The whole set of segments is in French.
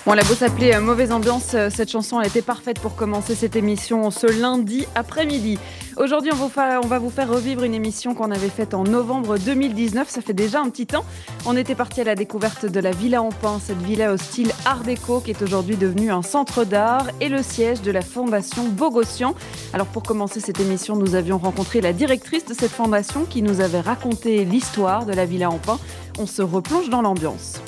Bon, elle a beau s'appeler Mauvaise Ambiance, cette chanson elle était parfaite pour commencer cette émission ce lundi après-midi. Aujourd'hui, on va vous faire revivre une émission qu'on avait faite en novembre 2019, ça fait déjà un petit temps. On était parti à la découverte de la Villa en Pin, cette villa au style art déco qui est aujourd'hui devenue un centre d'art et le siège de la fondation Bogossian. Alors pour commencer cette émission, nous avions rencontré la directrice de cette fondation qui nous avait raconté l'histoire de la Villa en Pin. On se replonge dans l'ambiance.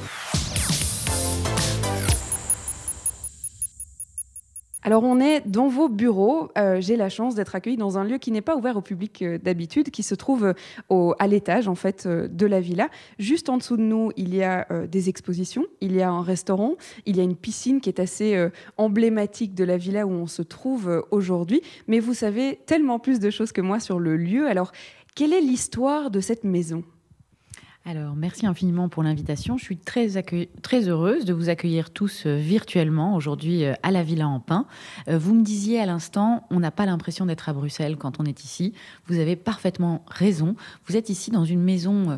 Alors on est dans vos bureaux, j'ai la chance d'être accueillie dans un lieu qui n'est pas ouvert au public d'habitude, qui se trouve à l'étage en fait de la villa. Juste en dessous de nous, il y a des expositions, il y a un restaurant, il y a une piscine qui est assez emblématique de la villa où on se trouve aujourd'hui. Mais vous savez tellement plus de choses que moi sur le lieu. Alors, quelle est l'histoire de cette maison ? Alors, merci infiniment pour l'invitation. Je suis très heureuse de vous accueillir tous virtuellement aujourd'hui à la Villa en Pin. Vous me disiez à l'instant, on n'a pas l'impression d'être à Bruxelles quand on est ici. Vous avez parfaitement raison. Vous êtes ici dans une maison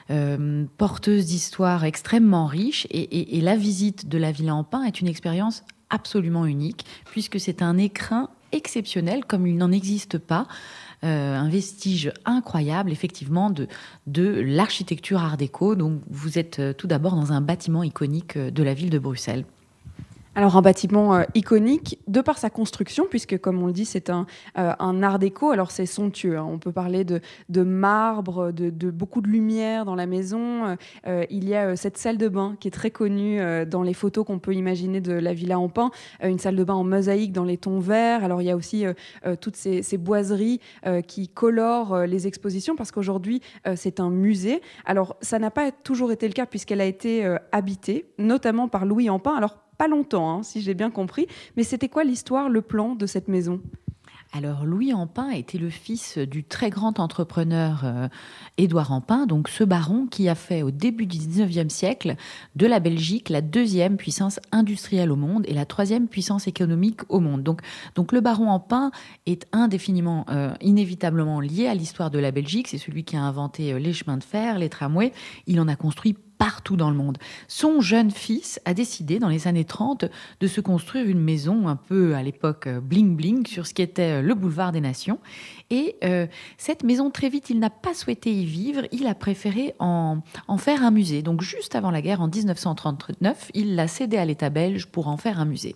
porteuse d'histoires extrêmement riche et la visite de la Villa en Pin est une expérience absolument unique puisque c'est un écrin exceptionnel comme il n'en existe pas. Un vestige incroyable, effectivement, de l'architecture art déco. Donc, vous êtes tout d'abord dans un bâtiment iconique de la ville de Bruxelles. Alors un bâtiment iconique de par sa construction, puisque comme on le dit, c'est un art déco. Alors c'est somptueux, hein. On peut parler de marbre, de beaucoup de lumière dans la maison. Il y a cette salle de bain qui est très connue dans les photos qu'on peut imaginer de la Villa en Pin. Une salle de bain en mosaïque dans les tons verts. Alors il y a aussi toutes ces boiseries qui colorent les expositions, parce qu'aujourd'hui c'est un musée. Alors ça n'a pas toujours été le cas puisqu'elle a été habitée, notamment par Louis en Pin. Alors pas longtemps, hein, si j'ai bien compris. Mais c'était quoi l'histoire, le plan de cette maison ? Alors, Louis en Pin était le fils du très grand entrepreneur Édouard en Pin, donc ce baron qui a fait au début du 19e siècle de la Belgique la deuxième puissance industrielle au monde et la troisième puissance économique au monde. Donc le baron en Pin est indéfiniment, inévitablement lié à l'histoire de la Belgique. C'est celui qui a inventé les chemins de fer, les tramways. Il en a construit partout dans le monde. Son jeune fils a décidé, dans les années 30, de se construire une maison un peu, à l'époque, bling-bling, sur ce qui était le boulevard des Nations. Et cette maison, très vite, il n'a pas souhaité y vivre. Il a préféré en faire un musée. Donc, juste avant la guerre, en 1939, il l'a cédé à l'État belge pour en faire un musée.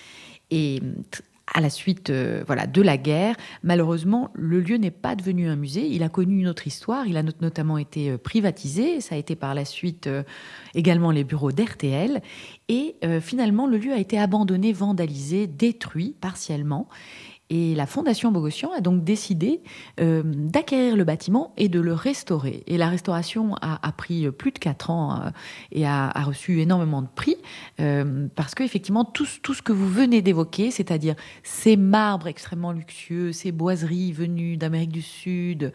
Et à la suite de la guerre, malheureusement, le lieu n'est pas devenu un musée. Il a connu une autre histoire. Il a notamment été privatisé. Ça a été par la suite également les bureaux d'RTL. Et finalement, le lieu a été abandonné, vandalisé, détruit partiellement. Et la Fondation Bogossian a donc décidé d'acquérir le bâtiment et de le restaurer. Et la restauration a pris plus de 4 ans et a reçu énormément de prix parce qu'effectivement, tout ce que vous venez d'évoquer, c'est-à-dire ces marbres extrêmement luxueux, ces boiseries venues d'Amérique du Sud,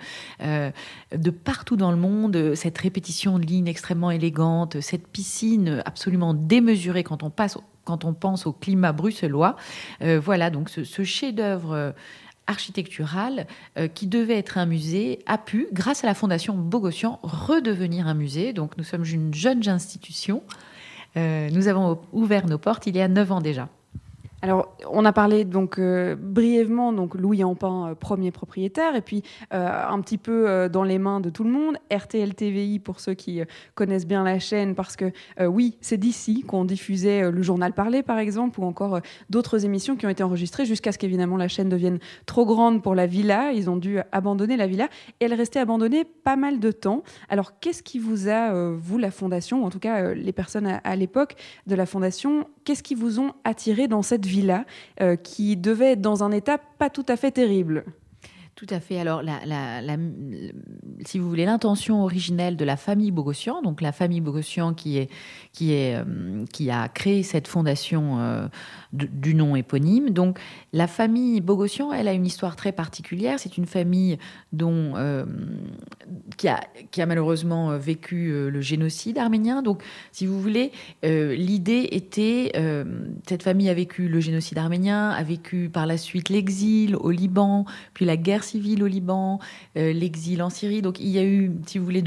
de partout dans le monde, cette répétition de lignes extrêmement élégantes, cette piscine absolument démesurée quand on pense au climat bruxellois. Voilà, donc ce chef-d'œuvre architectural qui devait être un musée a pu, grâce à la Fondation Bogossian, redevenir un musée. Donc nous sommes une jeune institution. Nous avons ouvert nos portes il y a 9 ans déjà. Alors, on a parlé donc brièvement donc Louis en Pin, premier propriétaire, et puis un petit peu dans les mains de tout le monde. RTL TVI pour ceux qui connaissent bien la chaîne, parce que oui, c'est d'ici qu'on diffusait le journal parlé par exemple, ou encore d'autres émissions qui ont été enregistrées jusqu'à ce qu'évidemment la chaîne devienne trop grande pour la villa. Ils ont dû abandonner la villa et elle restait abandonnée pas mal de temps. Alors, qu'est-ce qui vous a, vous, la fondation, ou en tout cas les personnes à l'époque de la fondation, qu'est-ce qui vous ont attiré dans cette villa qui devait être dans un état pas tout à fait terrible ? Tout à fait. Alors, si vous voulez, l'intention originelle de la famille Bogossian, donc la famille Bogossian qui a créé cette fondation du nom éponyme. Donc, la famille Bogossian, elle a une histoire très particulière. C'est une famille qui a malheureusement vécu le génocide arménien. Donc, si vous voulez, l'idée était, cette famille a vécu le génocide arménien, a vécu par la suite l'exil au Liban, puis la guerre civile au Liban, l'exil en Syrie. Donc il y a eu, si vous voulez,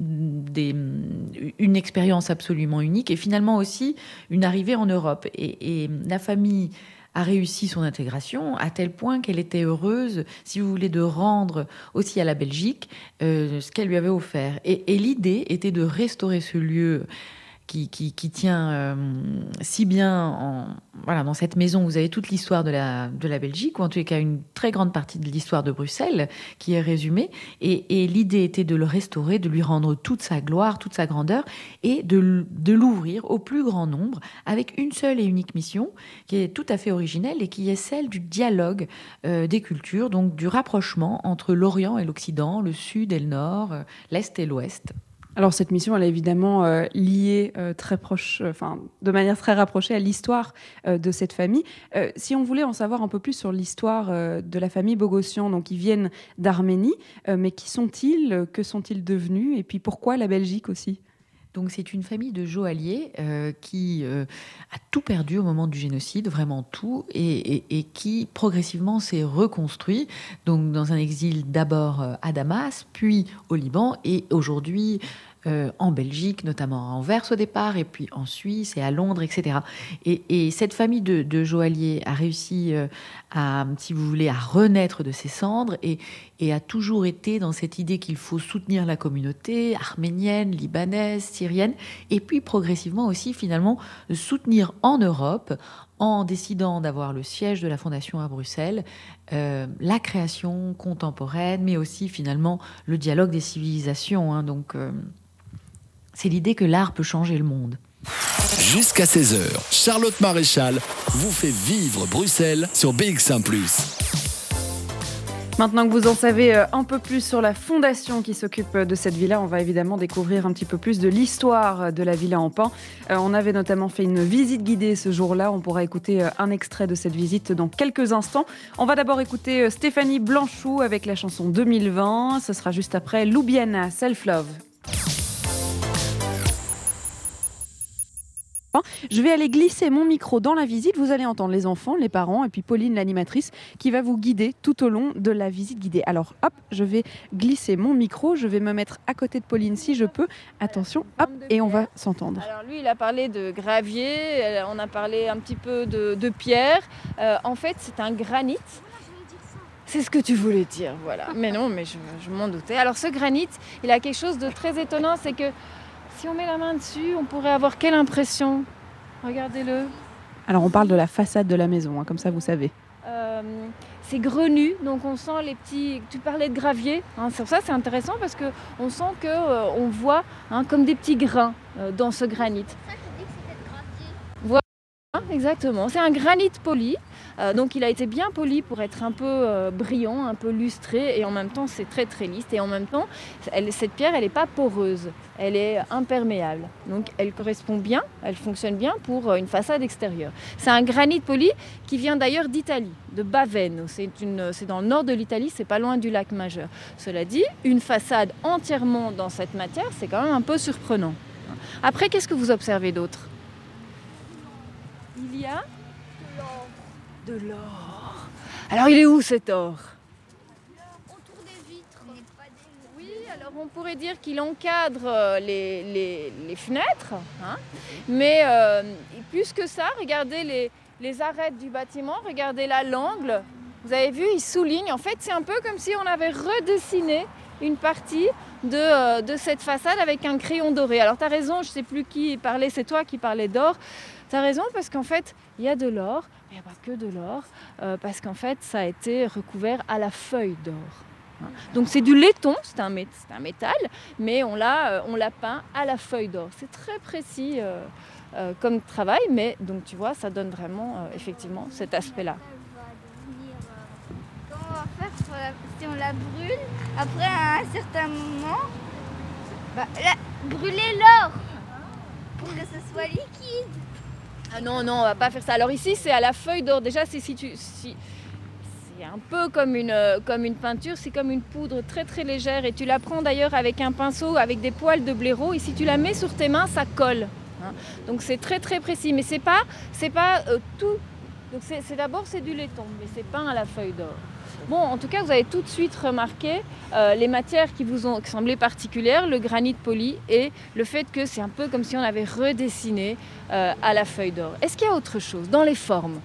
une expérience absolument unique et finalement aussi une arrivée en Europe. Et la famille a réussi son intégration à tel point qu'elle était heureuse, si vous voulez, de rendre aussi à la Belgique ce qu'elle lui avait offert. Et l'idée était de restaurer ce lieu qui tient si bien dans cette maison. Vous avez toute l'histoire de la Belgique, ou en tous les cas une très grande partie de l'histoire de Bruxelles qui est résumée. Et l'idée était de le restaurer, de lui rendre toute sa gloire, toute sa grandeur, et de l'ouvrir au plus grand nombre avec une seule et unique mission qui est tout à fait originelle et qui est celle du dialogue des cultures, donc du rapprochement entre l'Orient et l'Occident, le Sud et le Nord, l'Est et l'Ouest. Alors cette mission, elle est évidemment liée très proche, de manière très rapprochée à l'histoire de cette famille. Si on voulait en savoir un peu plus sur l'histoire de la famille Bogossian, donc ils viennent d'Arménie, mais qui sont-ils, que sont-ils devenus, et puis pourquoi la Belgique aussi ? Donc c'est une famille de joailliers qui a tout perdu au moment du génocide, vraiment tout, et qui progressivement s'est reconstruit, donc dans un exil d'abord à Damas, puis au Liban, et aujourd'hui en Belgique, notamment à Anvers au départ, et puis en Suisse et à Londres, etc. Et cette famille de joailliers a réussi à, si vous voulez, à renaître de ses cendres et a toujours été dans cette idée qu'il faut soutenir la communauté arménienne, libanaise, syrienne, et puis progressivement aussi, finalement, soutenir en Europe, en décidant d'avoir le siège de la Fondation à Bruxelles, la création contemporaine, mais aussi, finalement, le dialogue des civilisations. Donc, c'est l'idée que l'art peut changer le monde. Jusqu'à 16h, Charlotte Maréchal vous fait vivre Bruxelles sur BX1 +. Maintenant que vous en savez un peu plus sur la fondation qui s'occupe de cette villa, on va évidemment découvrir un petit peu plus de l'histoire de la villa en pin. On avait notamment fait une visite guidée ce jour-là. On pourra écouter un extrait de cette visite dans quelques instants. On va d'abord écouter Stéphanie Blanchou avec la chanson 2020. Ce sera juste après Loubiana, Self Love. Je vais aller glisser mon micro dans la visite. Vous allez entendre les enfants, les parents et puis Pauline, l'animatrice, qui va vous guider tout au long de la visite guidée. Alors hop, je vais glisser mon micro. Je vais me mettre à côté de Pauline si je peux. Attention, hop, et on va s'entendre. Alors lui, il a parlé de gravier, on a parlé un petit peu de pierre. En fait, c'est un granit. C'est ce que tu voulais dire, voilà. Mais non, mais je m'en doutais. Alors ce granit, il a quelque chose de très étonnant, c'est que si on met la main dessus, on pourrait avoir quelle impression ? Regardez-le. Alors on parle de la façade de la maison, comme ça vous savez. C'est grenu, donc on sent les petits... Tu parlais de gravier, sur ça c'est intéressant parce qu'on sent qu'on voit comme des petits grains dans ce granit. C'est ça que tu dis que c'était de gravier. Voilà, exactement. C'est un granit poli. Donc il a été bien poli pour être un peu brillant, un peu lustré, et en même temps c'est très très lisse, et en même temps cette pierre elle n'est pas poreuse, elle est imperméable, donc elle correspond bien, elle fonctionne bien pour une façade extérieure. C'est un granit poli qui vient d'ailleurs d'Italie, de Baveno, c'est dans le nord de l'Italie, c'est pas loin du lac Majeur. Cela dit, une façade entièrement dans cette matière, c'est quand même un peu surprenant. Après, qu'est-ce que vous observez d'autre ? Il y a de l'or. Alors il est où cet or ? Autour des vitres. Oui, alors on pourrait dire qu'il encadre les fenêtres, mais plus que ça, regardez les arêtes du bâtiment, regardez là l'angle. Vous avez vu, il souligne. En fait, c'est un peu comme si on avait redessiné une partie de cette façade avec un crayon doré. Alors tu as raison, je ne sais plus qui parlait, c'est toi qui parlais d'or. Tu as raison parce qu'en fait, il y a de l'or, mais il n'y a pas que de l'or, parce qu'en fait, ça a été recouvert à la feuille d'or. Donc c'est du laiton, c'est un métal, mais on l'a peint à la feuille d'or. C'est très précis comme travail, mais donc tu vois, ça donne vraiment effectivement cet aspect-là. Comment on va faire si on la brûle après à un certain moment brûler l'or pour que ce soit liquide. Ah non, on va pas faire ça. Alors ici, c'est à la feuille d'or. Déjà, c'est un peu comme une peinture, c'est comme une poudre très très légère. Et tu la prends d'ailleurs avec un pinceau, avec des poils de blaireau. Et si tu la mets sur tes mains, ça colle. Donc c'est très très précis. Mais c'est pas tout. Donc d'abord, c'est du laiton, mais c'est peint à la feuille d'or. Bon, en tout cas, vous avez tout de suite remarqué les matières qui vous ont semblé particulières, le granit poli et le fait que c'est un peu comme si on avait redessiné à la feuille d'or. Est-ce qu'il y a autre chose dans les formes?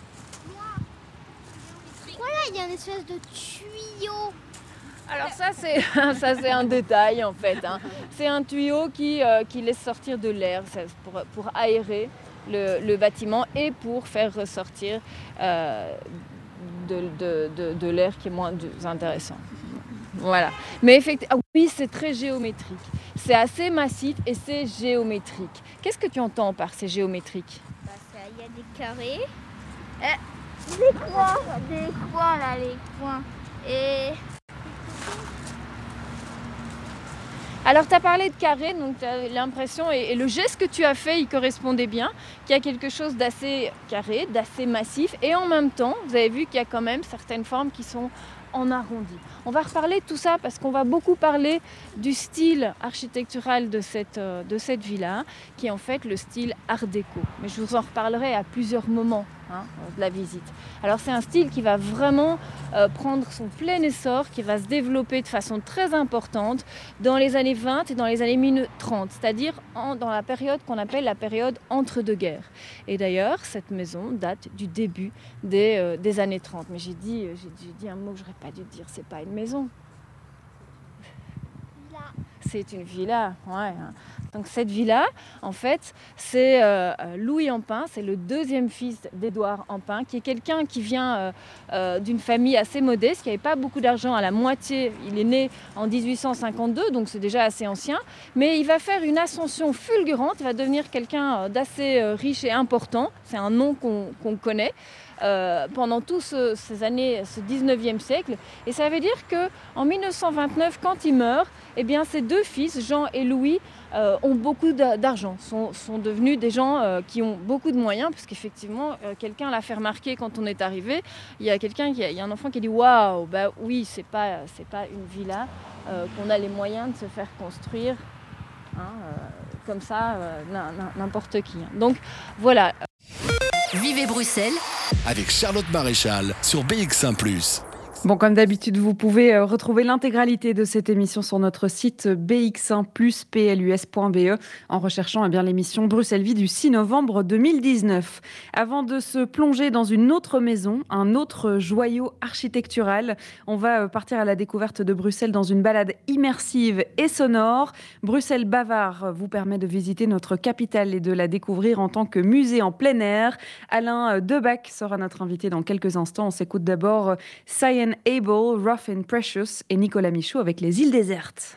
Voilà, il y a une espèce de tuyau. Alors ça c'est un détail en fait. Hein. C'est un tuyau qui laisse sortir de l'air pour aérer le bâtiment et pour faire ressortir de l'air qui est moins intéressant. Voilà. Mais effectivement, oui, c'est très géométrique. C'est assez massif et c'est géométrique. Qu'est-ce que tu entends par c'est géométrique? Il y a des carrés. Des coins là, les coins. Et alors, tu as parlé de carré, donc tu as l'impression, et le geste que tu as fait, il correspondait bien, qu'il y a quelque chose d'assez carré, d'assez massif, et en même temps, vous avez vu qu'il y a quand même certaines formes qui sont en arrondi. On va reparler de tout ça parce qu'on va beaucoup parler du style architectural de cette villa, qui est en fait le style art déco. Mais je vous en reparlerai à plusieurs moments de la visite. Alors c'est un style qui va vraiment prendre son plein essor, qui va se développer de façon très importante dans les années 20 et dans les années 30, c'est-à-dire dans la période qu'on appelle la période entre-deux-guerres. Et d'ailleurs, cette maison date du début des années 30. Mais j'ai dit un mot que je n'aurais pas dû dire, c'est pas une maison. C'est une villa, ouais. Donc cette villa, en fait, c'est Louis Ampin, c'est le deuxième fils d'Édouard Ampin, qui est quelqu'un qui vient d'une famille assez modeste, qui n'avait pas beaucoup d'argent, à la moitié. Il est né en 1852, donc c'est déjà assez ancien, mais il va faire une ascension fulgurante, il va devenir quelqu'un d'assez riche et important, c'est un nom qu'on connaît. Pendant tous ces années, ce 19e siècle. Et ça veut dire qu'en 1929, quand il meurt, eh bien, ses deux fils, Jean et Louis, ont beaucoup d'argent, sont devenus des gens qui ont beaucoup de moyens, parce qu'effectivement, quelqu'un l'a fait remarquer quand on est arrivé. Il y a un enfant qui a dit « Waouh, bah oui, c'est pas une villa qu'on a les moyens de se faire construire comme ça, n'importe qui. » Donc voilà. Vivez Bruxelles avec Charlotte Maréchal sur BX1+. Bon, comme d'habitude, vous pouvez retrouver l'intégralité de cette émission sur notre site bx1plus.plus.be en recherchant l'émission Bruxelles Vie du 6 novembre 2019. Avant de se plonger dans une autre maison, un autre joyau architectural, on va partir à la découverte de Bruxelles dans une balade immersive et sonore. Bruxelles Bavard vous permet de visiter notre capitale et de la découvrir en tant que musée en plein air. Alain Debac sera notre invité dans quelques instants. On s'écoute d'abord Cyan Able, Rough and Precious et Nicolas Michaud avec Les îles désertes.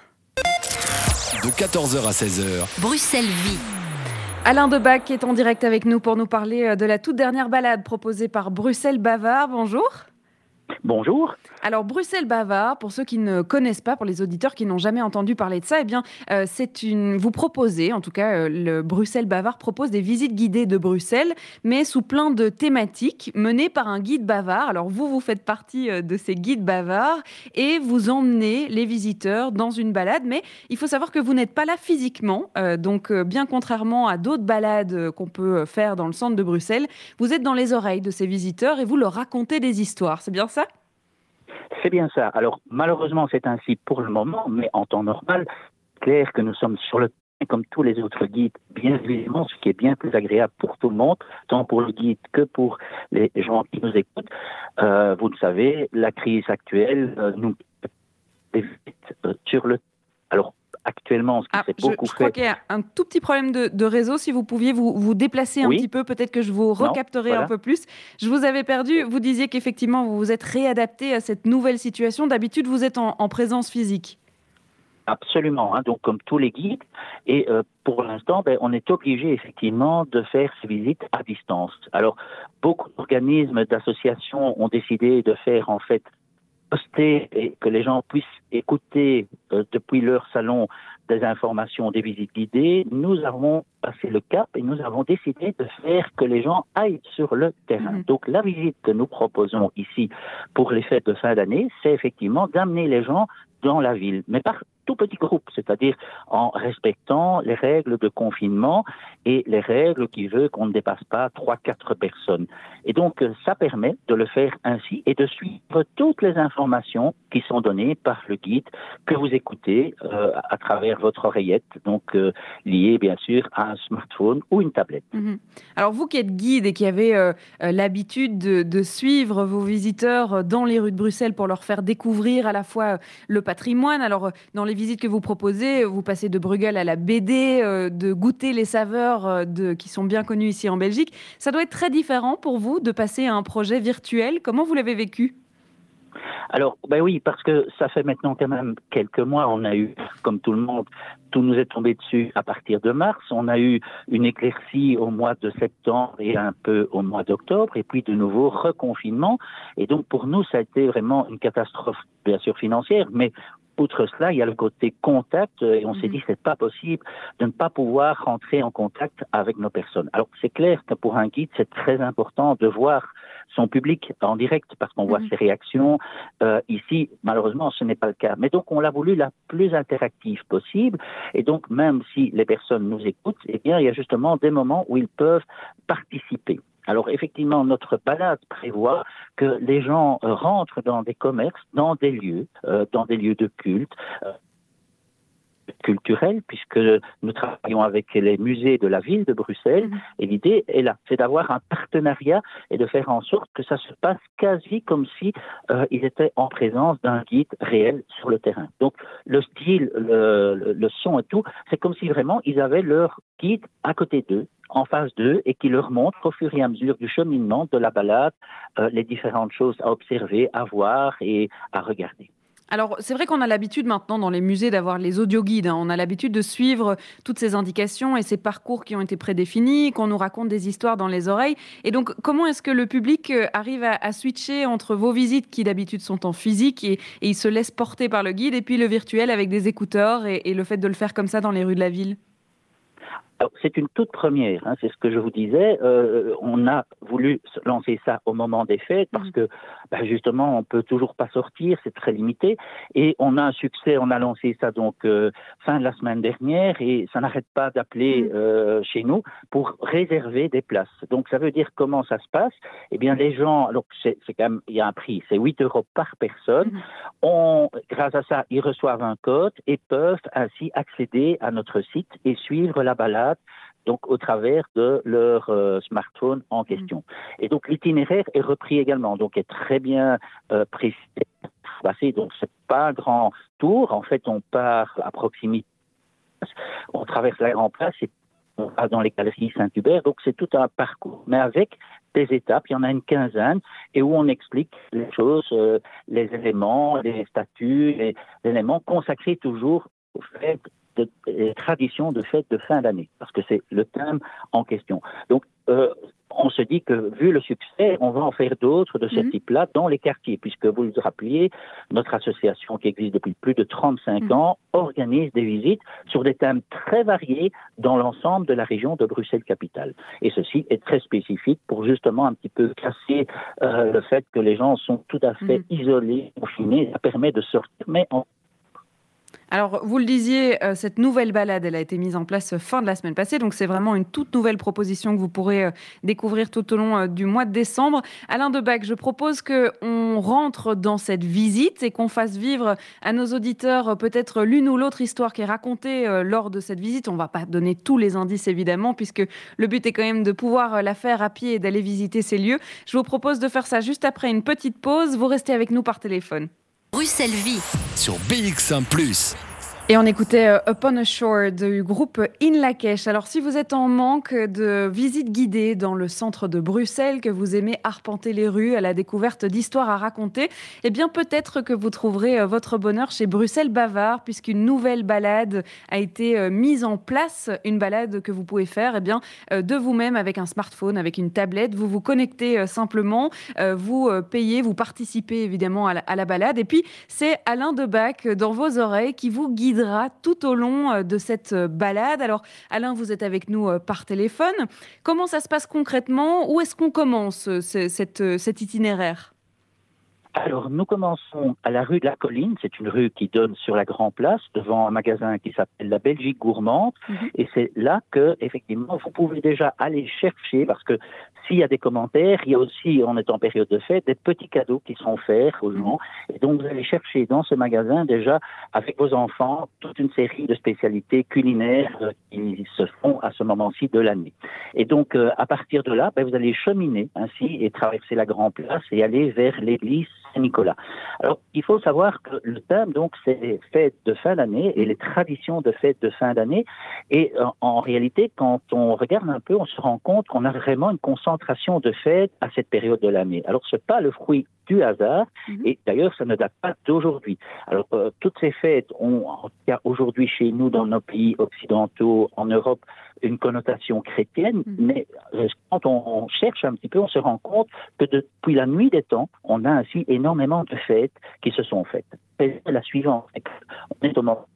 De 14h à 16h. Bruxelles Vie. Alain Debac est en direct avec nous pour nous parler de la toute dernière balade proposée par Bruxelles Bavard. Bonjour. Bonjour. Alors, Bruxelles Bavard, pour ceux qui ne connaissent pas, pour les auditeurs qui n'ont jamais entendu parler de ça, vous proposez, en tout cas, le Bruxelles Bavard propose des visites guidées de Bruxelles, mais sous plein de thématiques, menées par un guide bavard. Alors, vous faites partie de ces guides bavards et vous emmenez les visiteurs dans une balade, mais il faut savoir que vous n'êtes pas là physiquement, donc bien contrairement à d'autres balades qu'on peut faire dans le centre de Bruxelles, vous êtes dans les oreilles de ces visiteurs et vous leur racontez des histoires. C'est bien ça ? C'est bien ça. Alors, malheureusement, c'est ainsi pour le moment, mais en temps normal, clair que nous sommes sur le terrain comme tous les autres guides, bien évidemment, ce qui est bien plus agréable pour tout le monde, tant pour le guide que pour les gens qui nous écoutent. Vous le savez, la crise actuelle nous évite sur le... Alors, actuellement, ce qui s'est beaucoup fait... Je crois qu'il y a un tout petit problème de réseau. Si vous pouviez vous déplacer un petit peu, peut-être que je vous recapterai un peu plus. Je vous avais perdu. Vous disiez qu'effectivement, vous vous êtes réadapté à cette nouvelle situation. D'habitude, vous êtes en présence physique. Absolument, donc comme tous les guides. Et pour l'instant, on est obligé effectivement de faire ces visites à distance. Alors, beaucoup d'organismes, d'associations ont décidé de faire en fait poster et que les gens puissent écouter depuis leur salon des informations, des visites guidées. Nous avons passé le cap et nous avons décidé de faire que les gens aillent sur le terrain. Donc la visite que nous proposons ici pour les fêtes de fin d'année, c'est effectivement d'amener les gens dans la ville. Mais tout petit groupe, c'est-à-dire en respectant les règles de confinement et les règles qui veulent qu'on ne dépasse pas 3-4 personnes. Et donc, ça permet de le faire ainsi et de suivre toutes les informations qui sont données par le guide que vous écoutez à travers votre oreillette, donc liée bien sûr à un smartphone ou une tablette. Alors vous qui êtes guide et qui avez l'habitude de suivre vos visiteurs dans les rues de Bruxelles pour leur faire découvrir à la fois le patrimoine, alors dans les visites que vous proposez, vous passez de Bruegel à la BD, de goûter les saveurs qui sont bien connues ici en Belgique. Ça doit être très différent pour vous de passer à un projet virtuel. Comment vous l'avez vécu ? Alors, ben oui, parce que ça fait maintenant quand même quelques mois, on a eu, comme tout le monde, tout nous est tombé dessus à partir de mars. On a eu une éclaircie au mois de septembre et un peu au mois d'octobre, et puis de nouveau reconfinement. Et donc, pour nous, ça a été vraiment une catastrophe, bien sûr, financière, mais outre cela, il y a le côté contact, et on s'est dit que c'est pas possible de ne pas pouvoir rentrer en contact avec nos personnes. Alors, c'est clair que pour un guide, c'est très important de voir son public en direct parce qu'on voit ses réactions. Ici, malheureusement, ce n'est pas le cas. Mais donc, on l'a voulu la plus interactive possible. Et donc, même si les personnes nous écoutent, eh bien, il y a justement des moments où ils peuvent participer. Alors, effectivement, notre balade prévoit que les gens rentrent dans des commerces, dans des lieux de culte, culturel, puisque nous travaillons avec les musées de la ville de Bruxelles, et l'idée est là, c'est d'avoir un partenariat et de faire en sorte que ça se passe quasi comme si ils étaient en présence d'un guide réel sur le terrain. Donc le style, le son et tout, c'est comme si vraiment ils avaient leur guide à côté d'eux, en face d'eux, et qui leur montre au fur et à mesure du cheminement de la balade les différentes choses à observer, à voir et à regarder. Alors, c'est vrai qu'on a l'habitude maintenant dans les musées d'avoir les audioguides. On a l'habitude de suivre toutes ces indications et ces parcours qui ont été prédéfinis, qu'on nous raconte des histoires dans les oreilles. Et donc, comment est-ce que le public arrive à switcher entre vos visites qui d'habitude sont en physique et il se laisse porter par le guide et puis le virtuel avec des écouteurs et le fait de le faire comme ça dans les rues de la ville ? Alors, c'est une toute première, c'est ce que je vous disais. On a voulu lancer ça au moment des fêtes parce que, justement, on peut toujours pas sortir, c'est très limité. Et on a un succès, on a lancé ça donc fin de la semaine dernière et ça n'arrête pas d'appeler chez nous pour réserver des places. Donc, ça veut dire comment ça se passe ? Eh bien, les gens, alors c'est quand même, il y a un prix, c'est 8 € par personne. Grâce à ça, ils reçoivent un code et peuvent ainsi accéder à notre site et suivre la balade donc au travers de leur smartphone en question. Et donc l'itinéraire est repris également, donc est très bien précisé. Donc c'est pas un grand tour, en fait on part à proximité, on traverse la Grande Place et on va dans les galeries Saint-Hubert, donc c'est tout un parcours, mais avec des étapes, il y en a une quinzaine, et où on explique les choses, les éléments, les statuts, les éléments consacrés toujours au fait de traditions de fêtes de fin d'année, parce que c'est le thème en question. Donc, on se dit que, vu le succès, on va en faire d'autres de ce type-là dans les quartiers, puisque vous le rappeliez, notre association qui existe depuis plus de 35 ans organise des visites sur des thèmes très variés dans l'ensemble de la région de Bruxelles-Capitale. Et ceci est très spécifique pour justement un petit peu casser le fait que les gens sont tout à fait isolés, confinés. Ça permet de sortir, mais Alors, vous le disiez, cette nouvelle balade, elle a été mise en place fin de la semaine passée. Donc, c'est vraiment une toute nouvelle proposition que vous pourrez découvrir tout au long du mois de décembre. Alain Debac, je propose qu'on rentre dans cette visite et qu'on fasse vivre à nos auditeurs peut-être l'une ou l'autre histoire qui est racontée lors de cette visite. On ne va pas donner tous les indices, évidemment, puisque le but est quand même de pouvoir la faire à pied et d'aller visiter ces lieux. Je vous propose de faire ça juste après une petite pause. Vous restez avec nous par téléphone. Bruxelles Vie sur BX1+. Et on écoutait Upon a Shore du groupe In Lakesh. Alors si vous êtes en manque de visites guidées dans le centre de Bruxelles, que vous aimez arpenter les rues à la découverte d'histoires à raconter, eh bien peut-être que vous trouverez votre bonheur chez Bruxelles Bavard, puisqu'une nouvelle balade a été mise en place, une balade que vous pouvez faire de vous-même avec un smartphone, avec une tablette. Vous vous connectez simplement, vous payez, vous participez évidemment à la balade. Et puis c'est Alain Debac dans vos oreilles qui vous guide tout au long de cette balade. Alors, Alain, vous êtes avec nous par téléphone. Comment ça se passe concrètement ? Où est-ce qu'on commence cet itinéraire ? Alors, nous commençons à la rue de la Colline. C'est une rue qui donne sur la Grand Place, devant un magasin qui s'appelle la Belgique Gourmande. Et c'est là que, effectivement, vous pouvez déjà aller chercher, parce que s'il y a des commentaires, il y a aussi, on est en période de fête, des petits cadeaux qui sont offerts aux gens. Et donc, vous allez chercher dans ce magasin, déjà, avec vos enfants, toute une série de spécialités culinaires qui se font à ce moment-ci de l'année. Et donc, à partir de là, vous allez cheminer ainsi et traverser la Grand Place et aller vers l'église Saint-Nicolas. Alors, il faut savoir que le thème, donc, c'est les fêtes de fin d'année et les traditions de fêtes de fin d'année. Et en réalité, quand on regarde un peu, on se rend compte qu'on a vraiment une concentration de fêtes à cette période de l'année. Alors, ce n'est pas le fruit du hasard, et d'ailleurs, ça ne date pas d'aujourd'hui. Alors, toutes ces fêtes ont, en tout cas aujourd'hui chez nous, dans nos pays occidentaux, en Europe, une connotation chrétienne, mais quand on cherche un petit peu, on se rend compte que depuis la nuit des temps, on a ainsi énormément de fêtes qui se sont faites. C'est la suivante. On est au moment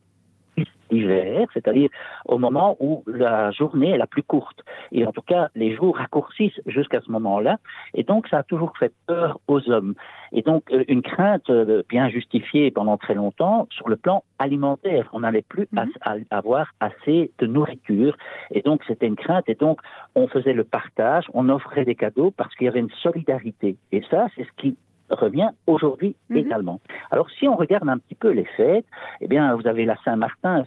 d'hiver, c'est-à-dire au moment où la journée est la plus courte. Et en tout cas, les jours raccourcissent jusqu'à ce moment-là. Et donc, ça a toujours fait peur aux hommes. Et donc, une crainte bien justifiée pendant très longtemps sur le plan alimentaire. On n'allait plus avoir assez de nourriture. Et donc, c'était une crainte. Et donc, on faisait le partage, on offrait des cadeaux parce qu'il y avait une solidarité. Et ça, c'est ce qui revient aujourd'hui également. Alors, si on regarde un petit peu les fêtes, eh bien, vous avez la Saint-Martin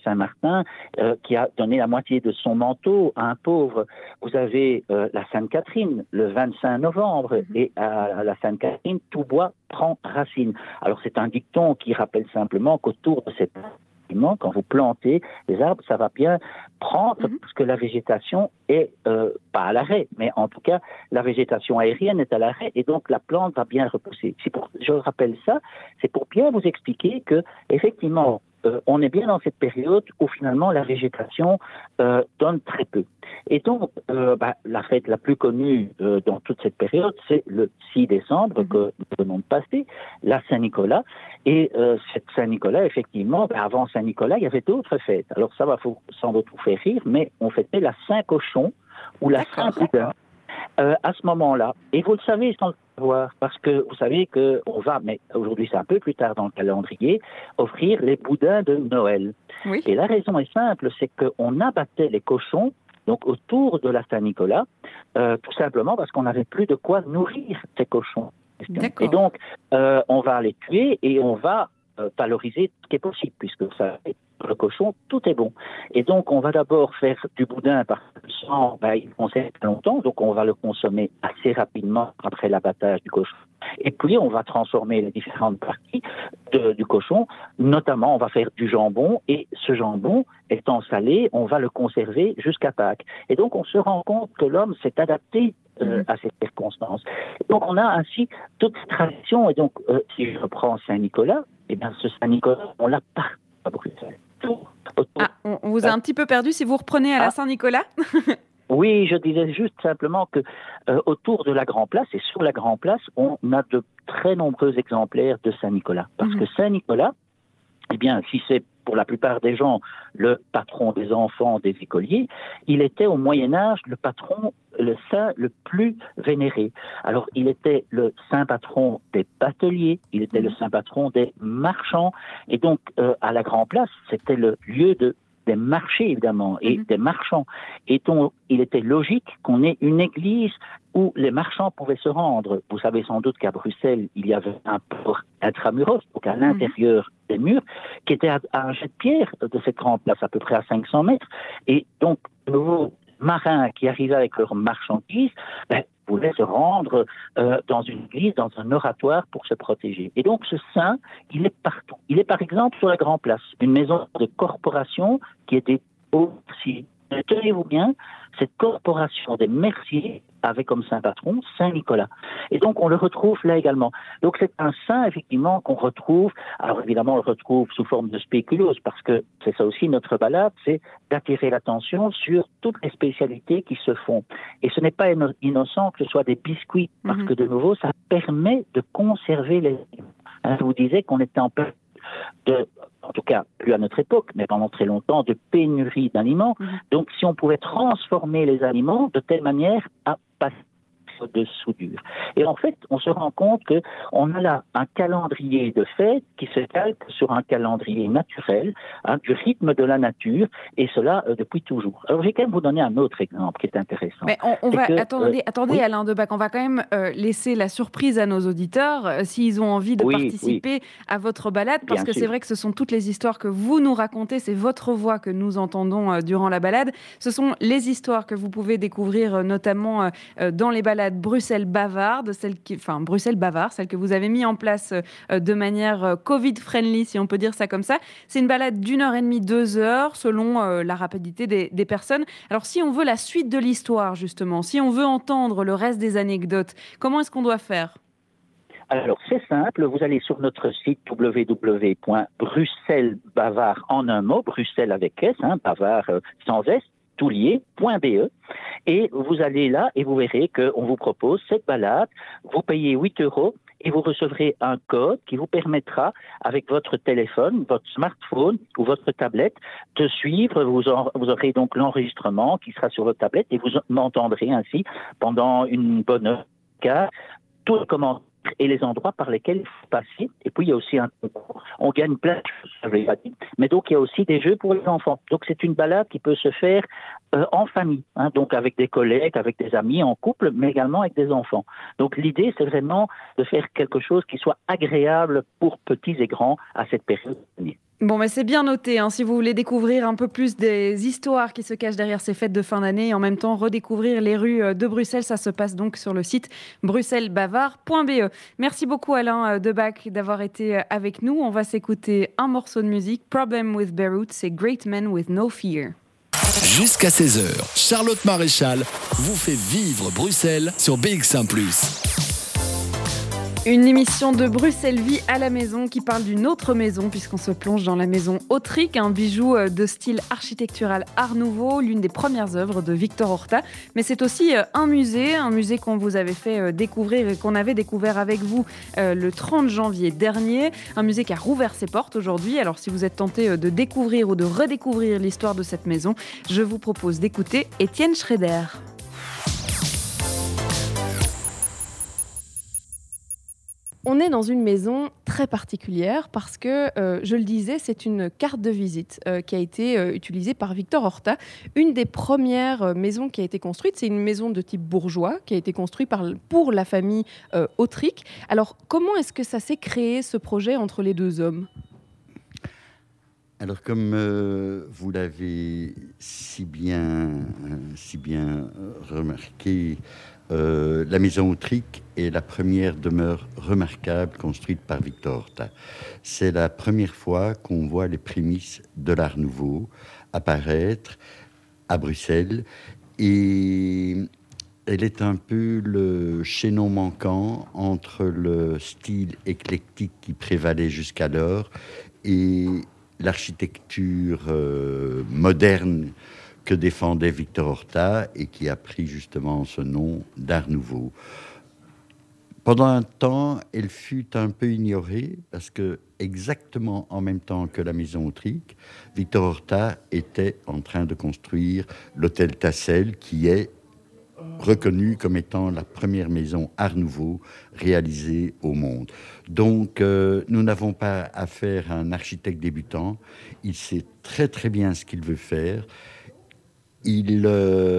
qui a donné la moitié de son manteau à un pauvre. Vous avez la Sainte-Catherine, le 25 novembre, et à la Sainte-Catherine, tout bois prend racine. Alors, c'est un dicton qui rappelle simplement qu'autour de cette quand vous plantez les arbres, ça va bien prendre parce que la végétation est pas à l'arrêt, mais en tout cas, la végétation aérienne est à l'arrêt et donc la plante va bien repousser. Je rappelle ça, c'est pour bien vous expliquer que effectivement, on est bien dans cette période où finalement la végétation donne très peu. Et donc, la fête la plus connue dans toute cette période, c'est le 6 décembre que nous venons de passer, la Saint-Nicolas. Et cette Saint-Nicolas, effectivement, avant Saint-Nicolas, il y avait d'autres fêtes. Alors ça va sans doute vous faire rire, mais on fêtait la Saint-Cochon ou la Saint-Boudin à ce moment-là. Et vous le savez sans le savoir, parce que vous savez qu'on va, mais aujourd'hui c'est un peu plus tard dans le calendrier, offrir les boudins de Noël. Oui. Et la raison est simple, c'est qu'on abattait les cochons donc autour de la Saint-Nicolas, tout simplement parce qu'on n'avait plus de quoi nourrir ces cochons. Et donc, on va les tuer et on va valoriser ce qui est possible, puisque ça, le cochon, tout est bon. Et donc, on va d'abord faire du boudin parce que le sang, il conserve longtemps, donc on va le consommer assez rapidement après l'abattage du cochon. Et puis, on va transformer les différentes parties du cochon, notamment, on va faire du jambon, et ce jambon, étant salé, on va le conserver jusqu'à Pâques. Et donc, on se rend compte que l'homme s'est adapté à ces circonstances. Et donc, on a ainsi toute cette tradition. Et donc, si je reprends Saint-Nicolas, eh bien, ce Saint-Nicolas, on l'a pas à Bruxelles. On vous a un petit peu perdu si vous reprenez à la Saint-Nicolas. Oui, je disais juste simplement que autour de la Grand Place et sur la Grand Place, on a de très nombreux exemplaires de Saint-Nicolas. Parce que Saint-Nicolas, eh bien, si c'est pour la plupart des gens le patron des enfants, des écoliers, il était au Moyen-Âge le patron, le saint le plus vénéré. Alors, il était le saint patron des bateliers, il était le saint patron des marchands, et donc à la Grand Place, c'était le lieu des marchés, évidemment, et des marchands. Et donc, il était logique qu'on ait une église où les marchands pouvaient se rendre. Vous savez sans doute qu'à Bruxelles, il y avait un port intramuros, donc à l'intérieur des murs, qui était à un jet de pierre de cette grande place, à peu près à 500 mètres. Et donc, de nouveau, marins qui arrivaient avec leurs marchandises, voulaient se rendre dans une église, dans un oratoire pour se protéger. Et donc ce saint, il est partout. Il est par exemple sur la Grand Place, une maison de corporation qui était au Mercier. Tenez-vous bien, cette corporation des Merciers avait comme saint patron Saint-Nicolas. Et donc on le retrouve là également. Donc c'est un saint effectivement qu'on retrouve, alors évidemment on le retrouve sous forme de spéculose, parce que c'est ça aussi notre balade, c'est d'attirer l'attention sur toutes les spécialités qui se font. Et ce n'est pas innocent que ce soit des biscuits, parce que de nouveau ça permet de conserver les aliments. Je vous disais qu'on était en période en tout cas plus à notre époque, mais pendant très longtemps, de pénurie d'aliments. Donc si on pouvait transformer les aliments de telle manière à passer. faute de soudure. Et en fait, on se rend compte qu'on a là un calendrier de fêtes qui se calque sur un calendrier naturel, du rythme de la nature, et cela depuis toujours. Alors, je vais quand même vous donner un autre exemple qui est intéressant. Mais attendez, oui. Alain Debac, on va quand même laisser la surprise à nos auditeurs s'ils ont envie de participer à votre balade, parce que c'est vrai que ce sont toutes les histoires que vous nous racontez, c'est votre voix que nous entendons durant la balade. Ce sont les histoires que vous pouvez découvrir notamment dans les balades Bruxelles bavarde, Bruxelles bavard, celle que vous avez mis en place de manière Covid-friendly, si on peut dire ça comme ça. C'est une balade d'1h30, 2h, selon la rapidité des personnes. Alors, si on veut la suite de l'histoire, justement, si on veut entendre le reste des anecdotes, comment est-ce qu'on doit faire ? Alors, c'est simple, vous allez sur notre site www.bruxellesbavard en un mot, Bruxelles avec S, bavard sans S, tout lié, .be, et vous allez là et vous verrez qu'on vous propose cette balade, vous payez 8 € et vous recevrez un code qui vous permettra, avec votre téléphone, votre smartphone ou votre tablette, de suivre. Vous aurez donc l'enregistrement qui sera sur votre tablette et vous m'entendrez ainsi pendant une bonne heure, car tout le commentaire et les endroits par lesquels il faut passer. Et puis, il y a aussi un concours. On gagne plein de choses, ça je l'ai pas dit. Mais donc, il y a aussi des jeux pour les enfants. Donc, c'est une balade qui peut se faire en famille, donc avec des collègues, avec des amis, en couple, mais également avec des enfants. Donc, l'idée, c'est vraiment de faire quelque chose qui soit agréable pour petits et grands à cette période de l'année. Bon, mais c'est bien noté. Si vous voulez découvrir un peu plus des histoires qui se cachent derrière ces fêtes de fin d'année et en même temps redécouvrir les rues de Bruxelles, ça se passe donc sur le site bruxellesbavard.be. Merci beaucoup Alain Debac d'avoir été avec nous. On va s'écouter un morceau de musique, Problem with Beirut, c'est Great Men with No Fear. Jusqu'à 16h, Charlotte Maréchal vous fait vivre Bruxelles sur BX1+. Une émission de Bruxelles Vie à la maison qui parle d'une autre maison puisqu'on se plonge dans la maison Autric, un bijou de style architectural Art Nouveau, l'une des premières œuvres de Victor Horta. Mais c'est aussi un musée qu'on vous avait fait découvrir et qu'on avait découvert avec vous le 30 janvier dernier. Un musée qui a rouvert ses portes aujourd'hui. Alors si vous êtes tenté de découvrir ou de redécouvrir l'histoire de cette maison, je vous propose d'écouter Étienne Schrader. On est dans une maison très particulière parce que, je le disais, c'est une carte de visite qui a été utilisée par Victor Horta. Une des premières maisons qui a été construite, c'est une maison de type bourgeois qui a été construite pour la famille Autric. Alors, comment est-ce que ça s'est créé, ce projet entre les deux hommes ? Alors, comme vous l'avez si bien remarqué, la maison Autric est la première demeure remarquable construite par Victor Horta. C'est la première fois qu'on voit les prémices de l'Art Nouveau apparaître à Bruxelles et elle est un peu le chaînon manquant entre le style éclectique qui prévalait jusqu'alors et l'architecture moderne que défendait Victor Horta et qui a pris justement ce nom d'Art Nouveau. Pendant un temps, elle fut un peu ignorée parce que exactement en même temps que la maison Autric, Victor Horta était en train de construire l'hôtel Tassel qui est reconnu comme étant la première maison Art Nouveau réalisée au monde. Donc, nous n'avons pas affaire à un architecte débutant. Il sait très très bien ce qu'il veut faire. Il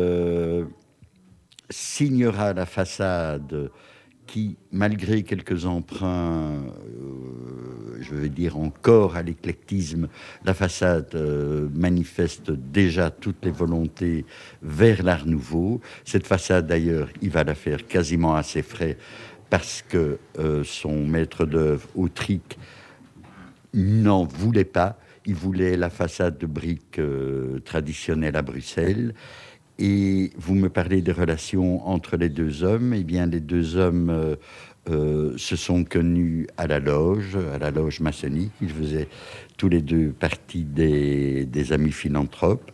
signera la façade qui, malgré quelques emprunts, je vais dire encore à l'éclectisme, la façade manifeste déjà toutes les volontés vers l'Art Nouveau. Cette façade, d'ailleurs, il va la faire quasiment à ses frais parce que son maître d'œuvre, Autric, n'en voulait pas. Il voulait la façade de briques traditionnelle à Bruxelles. Et vous me parlez des relations entre les deux hommes. Eh bien, les deux hommes se sont connus à la loge maçonnique. Ils faisaient tous les deux partie des amis philanthropes.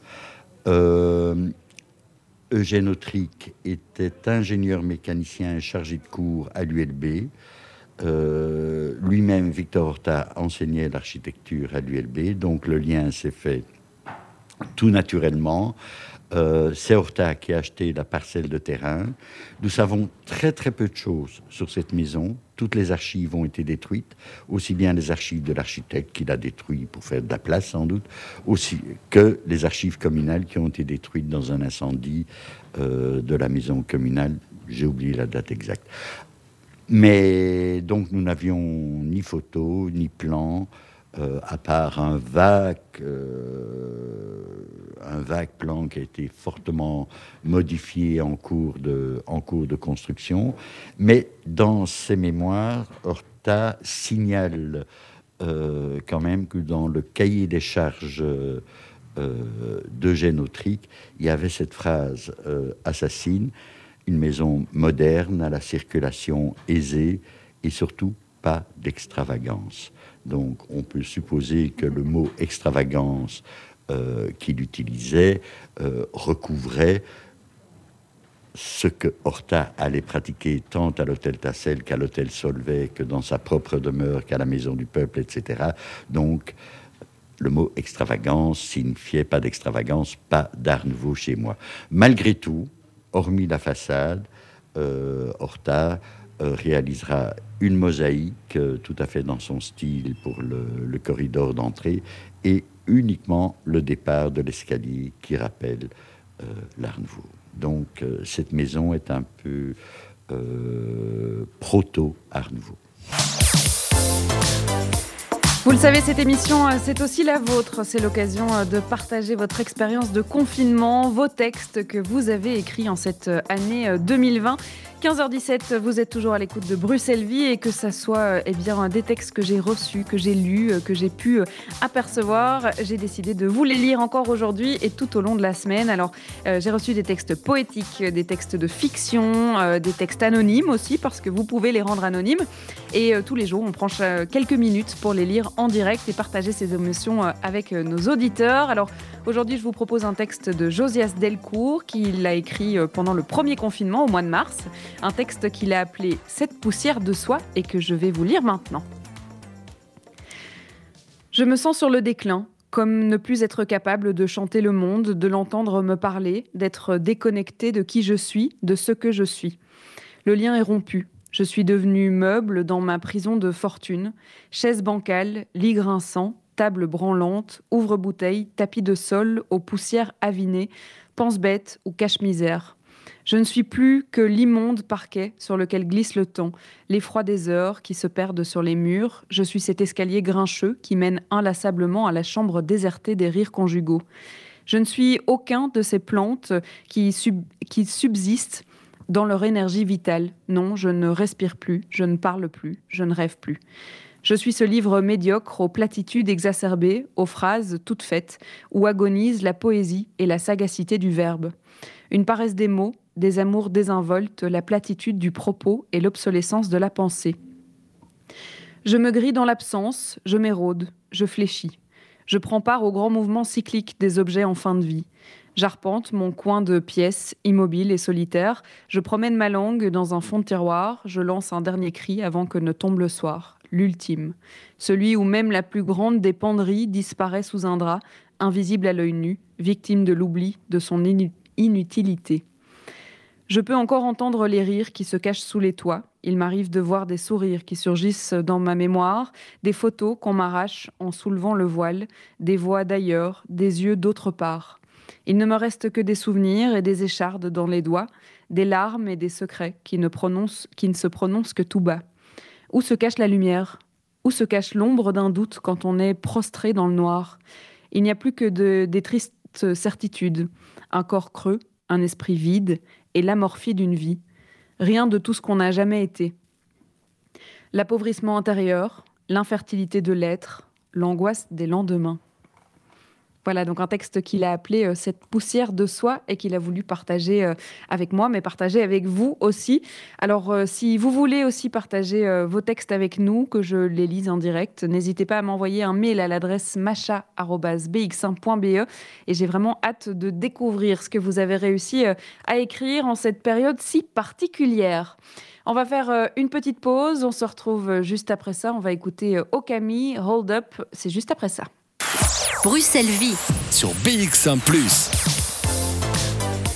Eugène Autric était ingénieur mécanicien et chargé de cours à l'ULB. Lui-même, Victor Horta, enseignait l'architecture à l'ULB, donc le lien s'est fait tout naturellement. C'est Horta qui a acheté la parcelle de terrain. Nous savons très très peu de choses sur cette maison. Toutes les archives ont été détruites, aussi bien les archives de l'architecte qui l'a détruit pour faire de la place sans doute, aussi que les archives communales qui ont été détruites dans un incendie de la maison communale. J'ai oublié la date exacte. Mais donc nous n'avions ni photos, ni plans, à part un vague plan qui a été fortement modifié en cours de construction. Mais dans ses mémoires, Horta signale quand même que dans le cahier des charges d'Eugène Autric, il y avait cette phrase assassine: une maison moderne, à la circulation aisée et surtout pas d'extravagance. Donc on peut supposer que le mot extravagance qu'il utilisait recouvrait ce que Horta allait pratiquer tant à l'hôtel Tassel qu'à l'hôtel Solvay, que dans sa propre demeure, qu'à la Maison du Peuple, etc. Donc le mot extravagance signifiait pas d'extravagance, pas d'art nouveau chez moi. Malgré tout, hormis la façade, Horta réalisera une mosaïque tout à fait dans son style pour le corridor d'entrée et uniquement le départ de l'escalier qui rappelle l'Art Nouveau. Donc cette maison est un peu proto-Art Nouveau. Vous le savez, cette émission, c'est aussi la vôtre. C'est l'occasion de partager votre expérience de confinement, vos textes que vous avez écrits en cette année 2020. 15h17, vous êtes toujours à l'écoute de Bruxelles Vie et que ça soit des textes que j'ai reçus, que j'ai lus, que j'ai pu apercevoir. J'ai décidé de vous les lire encore aujourd'hui et tout au long de la semaine. Alors, j'ai reçu des textes poétiques, des textes de fiction, des textes anonymes aussi parce que vous pouvez les rendre anonymes. Et tous les jours, on prend quelques minutes pour les lire en direct et partager ces émotions avec nos auditeurs. Alors, aujourd'hui, je vous propose un texte de Josias Delcourt qu'il a écrit pendant le premier confinement au mois de mars. Un texte qu'il a appelé « Cette poussière de soie » et que je vais vous lire maintenant. Je me sens sur le déclin, comme ne plus être capable de chanter le monde, de l'entendre me parler, d'être déconnecté de qui je suis, de ce que je suis. Le lien est rompu. Je suis devenue meuble dans ma prison de fortune, chaise bancale, lit grinçant, table branlante, ouvre-bouteille, tapis de sol aux poussières avinées, pense-bête ou cache-misère. Je ne suis plus que l'immonde parquet sur lequel glisse le temps, l'effroi des heures qui se perdent sur les murs. Je suis cet escalier grincheux qui mène inlassablement à la chambre désertée des rires conjugaux. Je ne suis aucun de ces plantes qui subsistent dans leur énergie vitale. Non, je ne respire plus, je ne parle plus, je ne rêve plus. Je suis ce livre médiocre aux platitudes exacerbées, aux phrases toutes faites, où agonisent la poésie et la sagacité du verbe. Une paresse des mots, des amours désinvoltes, la platitude du propos et l'obsolescence de la pensée. Je me grille dans l'absence, je m'érode, je fléchis. Je prends part au grand mouvement cyclique des objets en fin de vie. J'arpente mon coin de pièce, immobile et solitaire. Je promène ma langue dans un fond de tiroir. Je lance un dernier cri avant que ne tombe le soir. L'ultime. Celui où même la plus grande des penderies disparaît sous un drap, invisible à l'œil nu, victime de l'oubli, de son inutilité. Je peux encore entendre les rires qui se cachent sous les toits. Il m'arrive de voir des sourires qui surgissent dans ma mémoire, des photos qu'on m'arrache en soulevant le voile, des voix d'ailleurs, des yeux d'autre part. Il ne me reste que des souvenirs et des échardes dans les doigts, des larmes et des secrets qui ne se prononcent que tout bas. Où se cache la lumière ? Où se cache l'ombre d'un doute quand on est prostré dans le noir ? Il n'y a plus que des tristes certitudes, un corps creux, un esprit vide et l'amorphie d'une vie. Rien de tout ce qu'on n'a jamais été. L'appauvrissement intérieur, l'infertilité de l'être, l'angoisse des lendemains. Voilà, donc un texte qu'il a appelé « Cette poussière de soie » et qu'il a voulu partager avec moi, mais partager avec vous aussi. Alors, si vous voulez aussi partager vos textes avec nous, que je les lise en direct, n'hésitez pas à m'envoyer un mail à l'adresse macha@bx1.be et j'ai vraiment hâte de découvrir ce que vous avez réussi à écrire en cette période si particulière. On va faire une petite pause, on se retrouve juste après ça. On va écouter Okami, Hold Up, c'est juste après ça. Bruxelles Vie sur BX1+.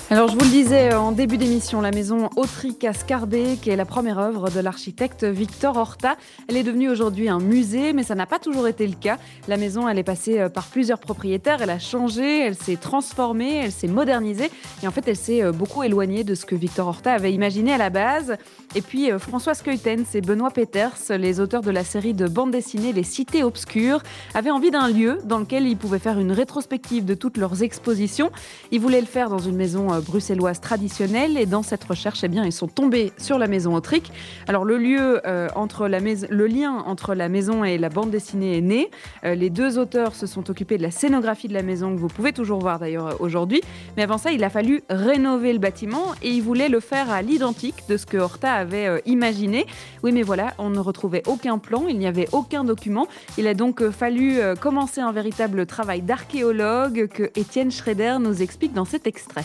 Alors, je vous le disais en début d'émission, la maison Autry-Cascardé, qui est la première œuvre de l'architecte Victor Horta. Elle est devenue aujourd'hui un musée, mais ça n'a pas toujours été le cas. La maison, elle est passée par plusieurs propriétaires, elle a changé, elle s'est transformée, elle s'est modernisée. Et en fait, elle s'est beaucoup éloignée de ce que Victor Horta avait imaginé à la base. Et puis, François Scheutens et Benoît Peters, les auteurs de la série de bande dessinée Les Cités Obscures, avaient envie d'un lieu dans lequel ils pouvaient faire une rétrospective de toutes leurs expositions. Ils voulaient le faire dans une maison bruxelloise traditionnelle, et dans cette recherche, eh bien, ils sont tombés sur la maison Autric. Alors le lien entre la maison et la bande dessinée est né. Les deux auteurs se sont occupés de la scénographie de la maison, que vous pouvez toujours voir d'ailleurs aujourd'hui. Mais avant ça, il a fallu rénover le bâtiment, et ils voulaient le faire à l'identique de ce que Horta avait imaginé. Oui, mais voilà, on ne retrouvait aucun plan, il n'y avait aucun document. Il a donc fallu commencer un véritable travail d'archéologue que Étienne Schrader nous explique dans cet extrait.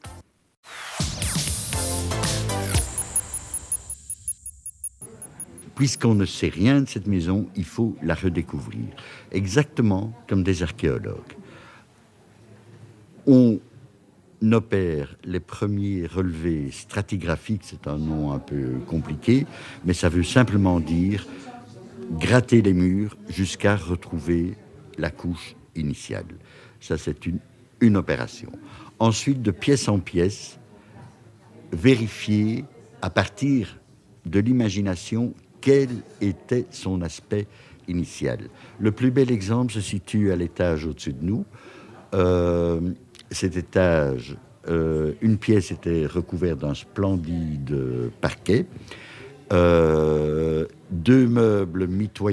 Puisqu'on ne sait rien de cette maison, il faut la redécouvrir, exactement comme des archéologues. On opère les premiers relevés stratigraphiques, c'est un nom un peu compliqué, mais ça veut simplement dire gratter les murs jusqu'à retrouver la couche initiale. Ça, c'est une opération. Ensuite, de pièce en pièce, vérifier à partir de l'imagination quel était son aspect initial. Le plus bel exemple se situe à l'étage au-dessus de nous. Cet étage, une pièce était recouverte d'un splendide parquet. Deux meubles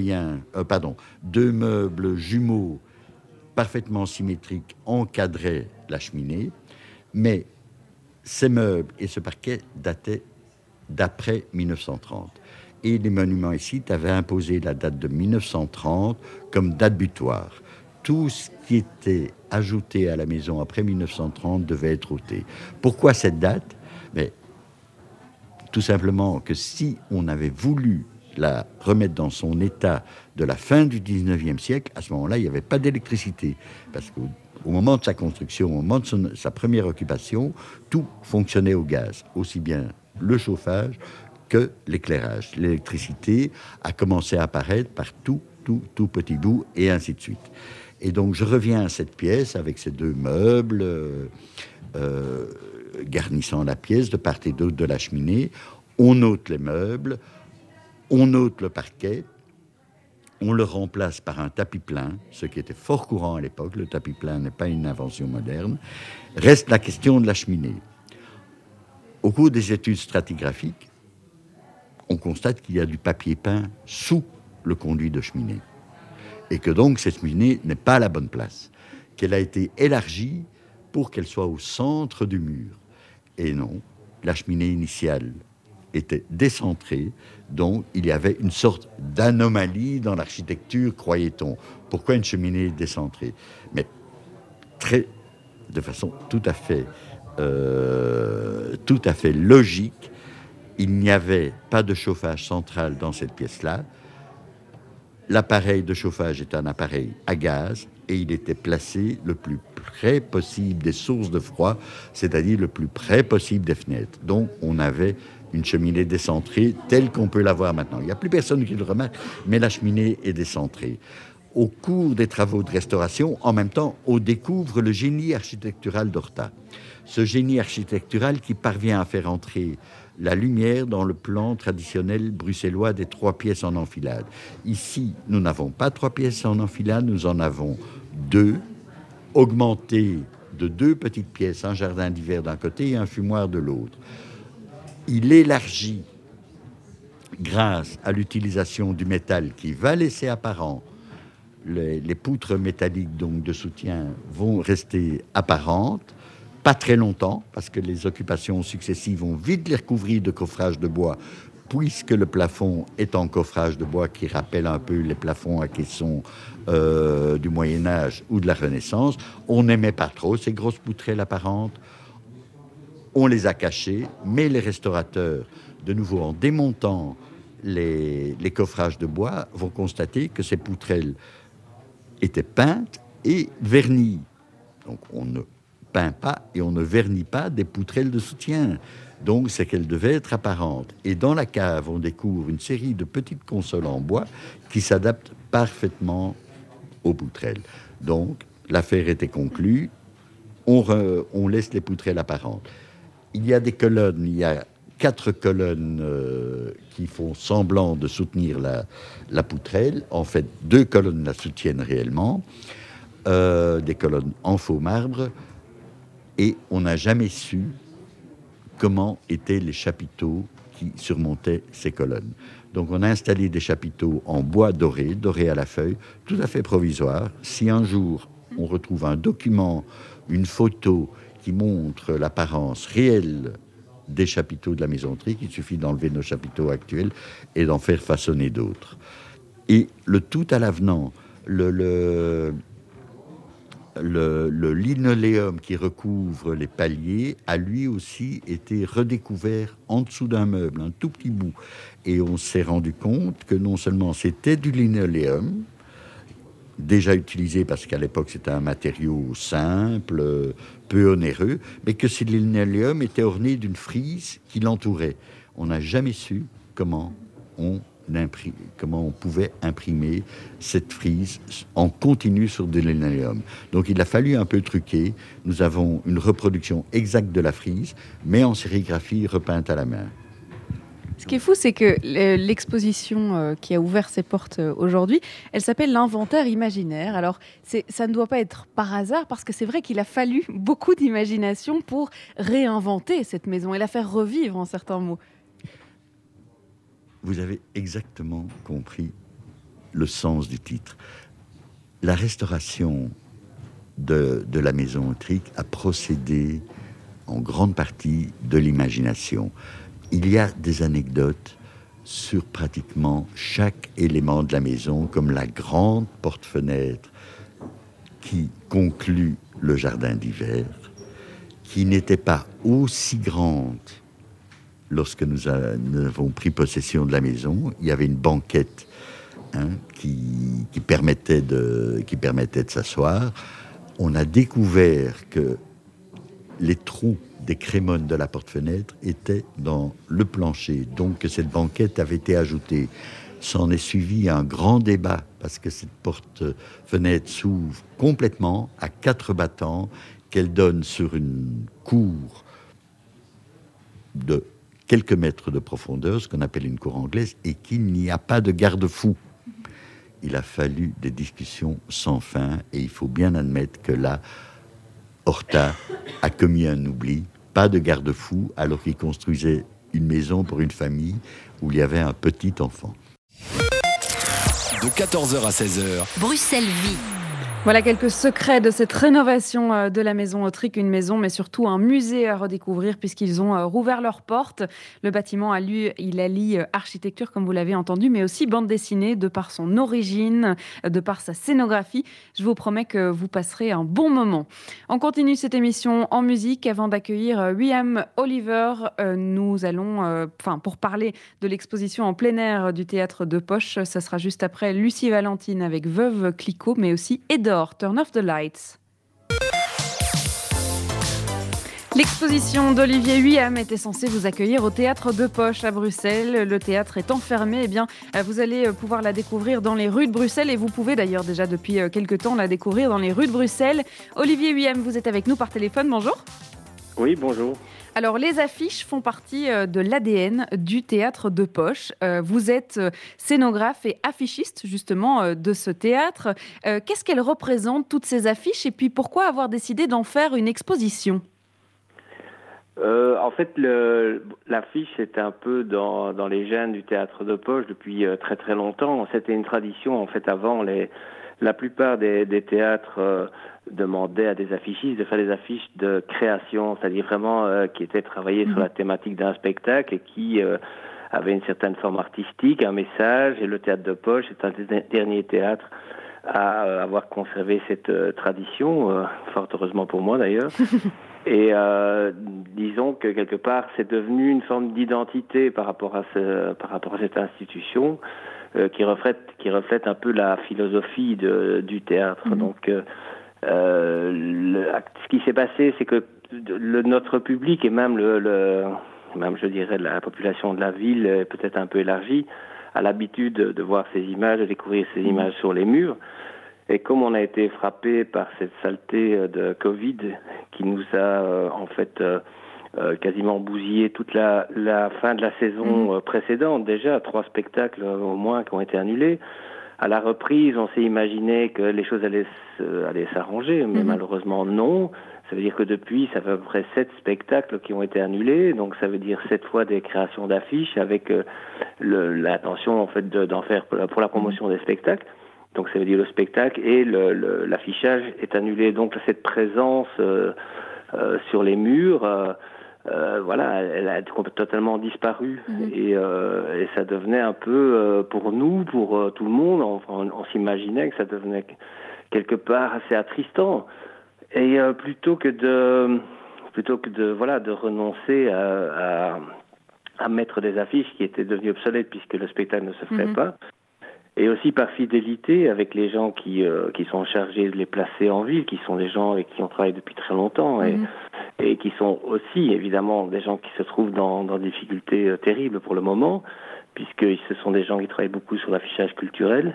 jumeaux parfaitement symétriques encadraient la cheminée, mais ces meubles et ce parquet dataient d'après 1930. Et les monuments ici avaient imposé la date de 1930 comme date butoir. Tout ce qui était ajouté à la maison après 1930 devait être ôté. Pourquoi cette date ? Mais tout simplement que si on avait voulu la remettre dans son état de la fin du 19e siècle, à ce moment-là, il n'y avait pas d'électricité. Parce qu'au moment de sa construction, au moment de sa première occupation, tout fonctionnait au gaz, aussi bien le chauffage que l'éclairage. L'électricité a commencé à apparaître par tout petit bout, et ainsi de suite. Et donc, je reviens à cette pièce avec ces deux meubles garnissant la pièce de part et d'autre de la cheminée. On ôte les meubles, on ôte le parquet, on le remplace par un tapis plein, ce qui était fort courant à l'époque. Le tapis plein n'est pas une invention moderne. Reste la question de la cheminée. Au cours des études stratigraphiques, on constate qu'il y a du papier peint sous le conduit de cheminée. Et que donc cette cheminée n'est pas à la bonne place. Qu'elle a été élargie pour qu'elle soit au centre du mur. Et non, la cheminée initiale était décentrée, donc il y avait une sorte d'anomalie dans l'architecture, croyait-on. Pourquoi une cheminée décentrée ? Mais de façon tout à fait logique, il n'y avait pas de chauffage central dans cette pièce-là. L'appareil de chauffage est un appareil à gaz et il était placé le plus près possible des sources de froid, c'est-à-dire le plus près possible des fenêtres. Donc, on avait une cheminée décentrée telle qu'on peut la voir maintenant. Il n'y a plus personne qui le remarque, mais la cheminée est décentrée. Au cours des travaux de restauration, en même temps, on découvre le génie architectural d'Horta. Ce génie architectural qui parvient à faire entrer la lumière dans le plan traditionnel bruxellois des 3 pièces en enfilade. Ici, nous n'avons pas 3 pièces en enfilade, nous en avons 2, augmentées de 2 petites pièces, un jardin d'hiver d'un côté et un fumoir de l'autre. Il élargit, grâce à l'utilisation du métal qui va laisser apparent, les poutres métalliques donc, de soutien vont rester apparentes, pas très longtemps, parce que les occupations successives vont vite les recouvrir de coffrage de bois, puisque le plafond est en coffrage de bois qui rappelle un peu les plafonds à caissons du Moyen-Âge ou de la Renaissance. On n'aimait pas trop ces grosses poutrelles apparentes. On les a cachées, mais les restaurateurs, de nouveau en démontant les coffrages de bois, vont constater que ces poutrelles étaient peintes et vernies. Donc on ne peint pas et on ne vernit pas des poutrelles de soutien. Donc, c'est qu'elle devait être apparente. Et dans la cave, on découvre une série de petites consoles en bois qui s'adaptent parfaitement aux poutrelles. Donc, l'affaire était conclue. On laisse les poutrelles apparentes. Il y a des colonnes, il y a 4 colonnes qui font semblant de soutenir la poutrelle. En fait, 2 colonnes la soutiennent réellement, des colonnes en faux marbre. Et on n'a jamais su comment étaient les chapiteaux qui surmontaient ces colonnes. Donc on a installé des chapiteaux en bois doré à la feuille, tout à fait provisoire. Si un jour on retrouve un document, une photo qui montre l'apparence réelle des chapiteaux de la maison Tric, il suffit d'enlever nos chapiteaux actuels et d'en faire façonner d'autres. Et le tout à l'avenant, le linoléum qui recouvre les paliers a lui aussi été redécouvert en dessous d'un meuble, un tout petit bout. Et on s'est rendu compte que non seulement c'était du linoléum, déjà utilisé parce qu'à l'époque c'était un matériau simple, peu onéreux, mais que ce linoléum était orné d'une frise qui l'entourait. On n'a jamais su comment on pouvait imprimer cette frise en continu sur de linoléum. Donc il a fallu un peu truquer. Nous avons une reproduction exacte de la frise, mais en sérigraphie repeinte à la main. Ce qui est fou, c'est que l'exposition qui a ouvert ses portes aujourd'hui, elle s'appelle l'inventaire imaginaire. Alors, ça ne doit pas être par hasard, parce que c'est vrai qu'il a fallu beaucoup d'imagination pour réinventer cette maison et la faire revivre, en certains mots. Vous avez exactement compris le sens du titre. La restauration de la maison Tric a procédé en grande partie de l'imagination. Il y a des anecdotes sur pratiquement chaque élément de la maison, comme la grande porte-fenêtre qui conclut le jardin d'hiver, qui n'était pas aussi grande lorsque nous avons pris possession de la maison. Il y avait une banquette qui permettait de s'asseoir. On a découvert que les trous des crémones de la porte-fenêtre étaient dans le plancher, donc que cette banquette avait été ajoutée. S'en est suivi un grand débat, parce que cette porte-fenêtre s'ouvre complètement à 4 battants, qu'elle donne sur une cour de quelques mètres de profondeur, ce qu'on appelle une cour anglaise, et qu'il n'y a pas de garde-fou. Il a fallu des discussions sans fin, et il faut bien admettre que là, Horta a commis un oubli, pas de garde-fou, alors qu'il construisait une maison pour une famille où il y avait un petit enfant. De 14h à 16h, Bruxelles vit. Voilà quelques secrets de cette rénovation de la maison Tric, une maison mais surtout un musée à redécouvrir puisqu'ils ont rouvert leurs portes. Le bâtiment il allie architecture comme vous l'avez entendu, mais aussi bande dessinée de par son origine, de par sa scénographie. Je vous promets que vous passerez un bon moment. On continue cette émission en musique avant d'accueillir William Oliver. Nous allons, pour parler de l'exposition en plein air du théâtre de Poche, ça sera juste après Lucie Valentine avec Veuve Clicquot, mais aussi Edor, Turn Off the Lights. L'exposition d'Olivier Huyam était censée vous accueillir au théâtre de Poche à Bruxelles. Le théâtre est enfermé. Eh bien, vous allez pouvoir la découvrir dans les rues de Bruxelles et vous pouvez d'ailleurs déjà depuis quelques temps la découvrir dans les rues de Bruxelles. Olivier Huyam, vous êtes avec nous par téléphone. Bonjour. Oui, bonjour. Alors, les affiches font partie de l'ADN du théâtre de Poche. Vous êtes scénographe et affichiste, justement, de ce théâtre. Qu'est-ce qu'elles représentent, toutes ces affiches, et puis pourquoi avoir décidé d'en faire une exposition ? En fait, l'affiche, c'était un peu dans les gènes du théâtre de Poche depuis très très longtemps. C'était une tradition, en fait, avant. La plupart des théâtres demandaient à des affichistes de faire des affiches de création, c'est-à-dire vraiment qui étaient travaillées sur la thématique d'un spectacle et qui avaient une certaine forme artistique, un message. Et le théâtre de Poche est un des derniers théâtres à avoir conservé cette tradition, fort heureusement pour moi d'ailleurs. Et disons que quelque part, c'est devenu une forme d'identité par rapport à cette institution qui reflète un peu la philosophie du théâtre. Donc, Ce qui s'est passé, c'est que notre public et même même je dirais la population de la ville, peut-être un peu élargie, a l'habitude de voir ces images, de découvrir ces images sur les murs. Et comme on a été frappé par cette saleté de Covid qui nous a quasiment bousillé toute la fin de la saison précédente, déjà 3 spectacles au moins qui ont été annulés. À la reprise, on s'est imaginé que les choses allaient s'arranger, mais malheureusement non. Ça veut dire que depuis, ça fait à peu près 7 spectacles qui ont été annulés, donc ça veut dire 7 fois des créations d'affiches avec l'intention en fait d'en faire pour la promotion des spectacles. Donc ça veut dire le spectacle et l'affichage est annulé. Donc cette présence sur les murs, elle a totalement disparu et ça devenait un peu pour nous, pour tout le monde, on s'imaginait que ça devenait quelque part assez attristant. Et plutôt que de renoncer à mettre des affiches qui étaient devenues obsolètes puisque le spectacle ne se ferait pas, et aussi par fidélité avec les gens qui sont chargés de les placer en ville, qui sont des gens avec qui on travaille depuis très longtemps et qui sont aussi évidemment des gens qui se trouvent dans des difficultés terribles pour le moment, puisque ce sont des gens qui travaillent beaucoup sur l'affichage culturel.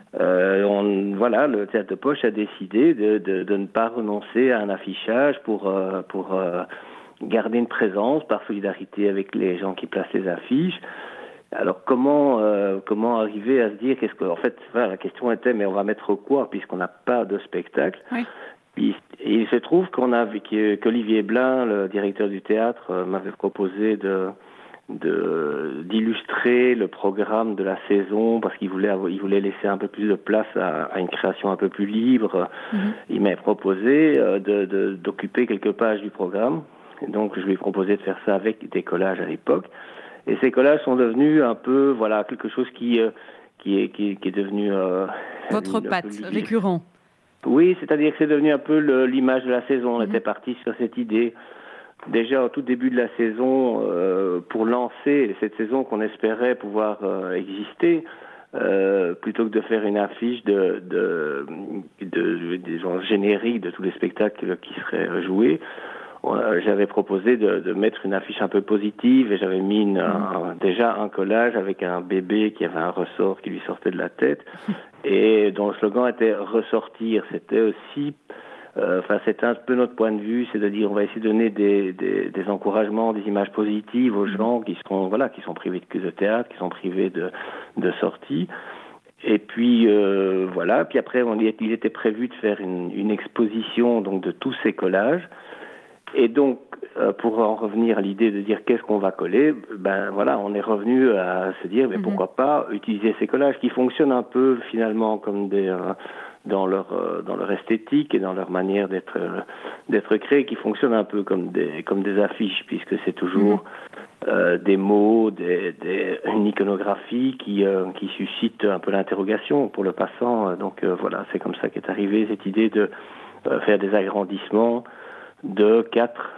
Le Théâtre de Poche a décidé de ne pas renoncer à un affichage pour garder une présence par solidarité avec les gens qui placent les affiches. Alors comment arriver à se dire la question était mais on va mettre quoi puisqu'on n'a pas de spectacle. Et il se trouve qu'Olivier Blin, le directeur du théâtre, m'avait proposé d'illustrer le programme de la saison parce qu'il voulait laisser un peu plus de place à une création un peu plus libre. Il m'a proposé d'occuper quelques pages du programme. Et donc je lui ai proposé de faire ça avec des collages à l'époque. Et ces collages sont devenus un peu quelque chose qui est devenu votre patte récurrent. Oui, c'est-à-dire que c'est devenu un peu l'image de la saison. On était parti sur cette idée. Déjà au tout début de la saison, pour lancer cette saison qu'on espérait pouvoir exister, plutôt que de faire une affiche des genres génériques de tous les spectacles qui seraient joués, j'avais proposé de mettre une affiche un peu positive et j'avais mis déjà un collage avec un bébé qui avait un ressort qui lui sortait de la tête et dont le slogan était « Ressortir ». C'était aussi... c'était un peu notre point de vue, c'est de dire on va essayer de donner des encouragements, des images positives aux gens qui sont privés de théâtre, qui sont privés de sorties. Et puis puis après il était prévu de faire une exposition donc de tous ces collages. Et donc pour en revenir à l'idée de dire qu'est-ce qu'on va coller, on est revenu à se dire mais pourquoi pas utiliser ces collages qui fonctionnent un peu finalement comme dans leur esthétique et dans leur manière d'être créés, qui fonctionnent un peu comme des affiches, puisque c'est toujours des mots, une iconographie qui suscite un peu l'interrogation pour le passant. Donc c'est comme ça qu'est arrivée cette idée de faire des agrandissements de 4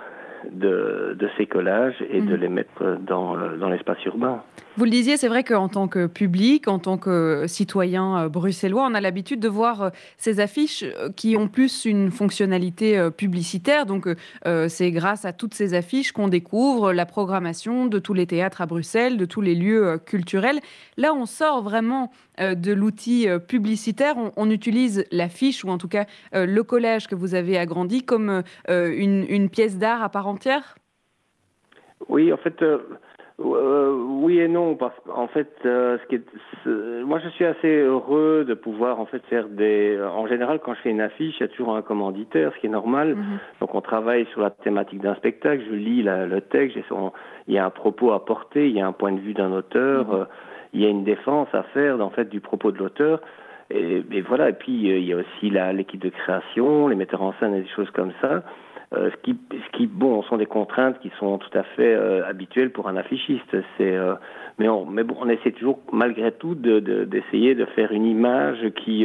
de ces collages et de les mettre dans l'espace urbain. Vous le disiez, c'est vrai qu'en tant que public, en tant que citoyen bruxellois, on a l'habitude de voir ces affiches qui ont plus une fonctionnalité publicitaire. Donc, c'est grâce à toutes ces affiches qu'on découvre la programmation de tous les théâtres à Bruxelles, de tous les lieux culturels. Là, on sort vraiment de l'outil publicitaire. On utilise l'affiche, ou en tout cas le collage que vous avez agrandi, comme une pièce d'art à part entière ? Oui, en fait... oui et non, parce qu'en fait, moi je suis assez heureux de pouvoir en fait faire en général, quand je fais une affiche, il y a toujours un commanditaire, ce qui est normal. Donc on travaille sur la thématique d'un spectacle, je lis le texte, il y a un propos à porter, il y a un point de vue d'un auteur, il y a une défense à faire en fait du propos de l'auteur. Et voilà, et puis il y a aussi l'équipe de création, les metteurs en scène et des choses comme ça. Ce qui sont des contraintes qui sont tout à fait habituelles pour un affichiste. Mais on essaie toujours malgré tout d'essayer de faire une image qui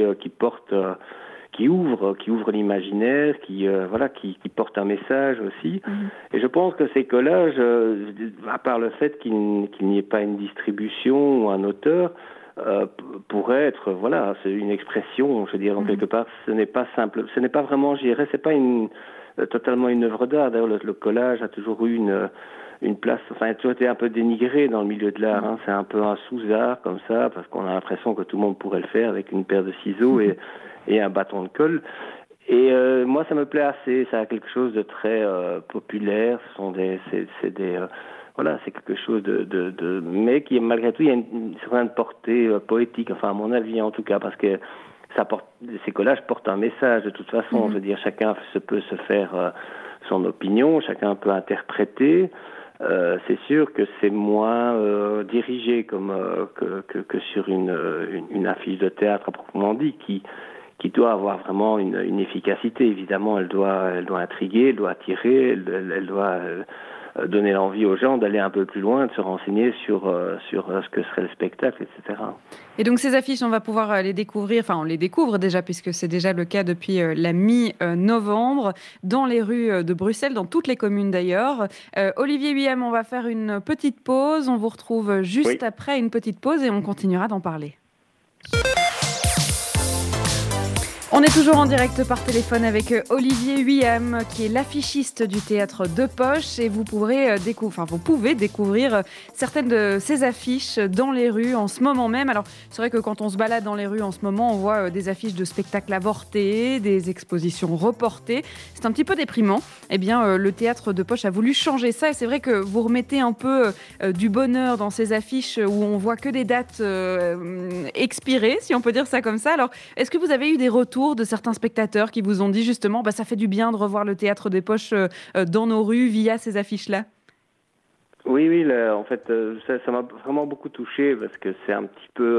ouvre l'imaginaire, qui porte un message aussi. Et je pense que ces collages, à part le fait qu'il n'y ait pas une distribution ou un auteur, pourrait être, voilà, c'est une expression, je veux dire, en quelque part, ce n'est pas simple, ce n'est pas vraiment, je dirais, c'est pas totalement une œuvre d'art. D'ailleurs, le collage a toujours eu une place, enfin, a toujours été un peu dénigré dans le milieu de l'art, hein. C'est un peu un sous-art, comme ça, parce qu'on a l'impression que tout le monde pourrait le faire avec une paire de ciseaux et un bâton de colle. Et moi, ça me plaît assez, ça a quelque chose de très populaire, voilà, c'est quelque chose mais qui, malgré tout, il y a une certaine portée poétique, enfin, à mon avis, en tout cas, parce que ces collages portent un message, de toute façon. Je veux dire, chacun peut se faire son opinion, chacun peut interpréter. C'est sûr que c'est moins dirigé que sur une affiche de théâtre à proprement dit, qui doit avoir vraiment une efficacité. Évidemment, elle doit intriguer, elle doit attirer, elle doit donner l'envie aux gens d'aller un peu plus loin, de se renseigner sur ce que serait le spectacle, etc. Et donc ces affiches, on va pouvoir les découvrir, enfin on les découvre déjà puisque c'est déjà le cas depuis la mi-novembre dans les rues de Bruxelles, dans toutes les communes d'ailleurs. Olivier Huyem, on va faire une petite pause, on vous retrouve juste après une petite pause et on continuera d'en parler. On est toujours en direct par téléphone avec Olivier Huyem, qui est l'affichiste du théâtre de Poche, et vous pouvez découvrir certaines de ces affiches dans les rues en ce moment même. Alors, c'est vrai que quand on se balade dans les rues en ce moment, on voit des affiches de spectacles avortés, des expositions reportées. C'est un petit peu déprimant. Eh bien, le théâtre de Poche a voulu changer ça, et c'est vrai que vous remettez un peu du bonheur dans ces affiches où on voit que des dates expirées, si on peut dire ça comme ça. Alors, est-ce que vous avez eu des retours de certains spectateurs qui vous ont dit justement ça fait du bien de revoir le théâtre des Poches dans nos rues via ces affiches-là? Oui, en fait, ça m'a vraiment beaucoup touché parce que c'est un peu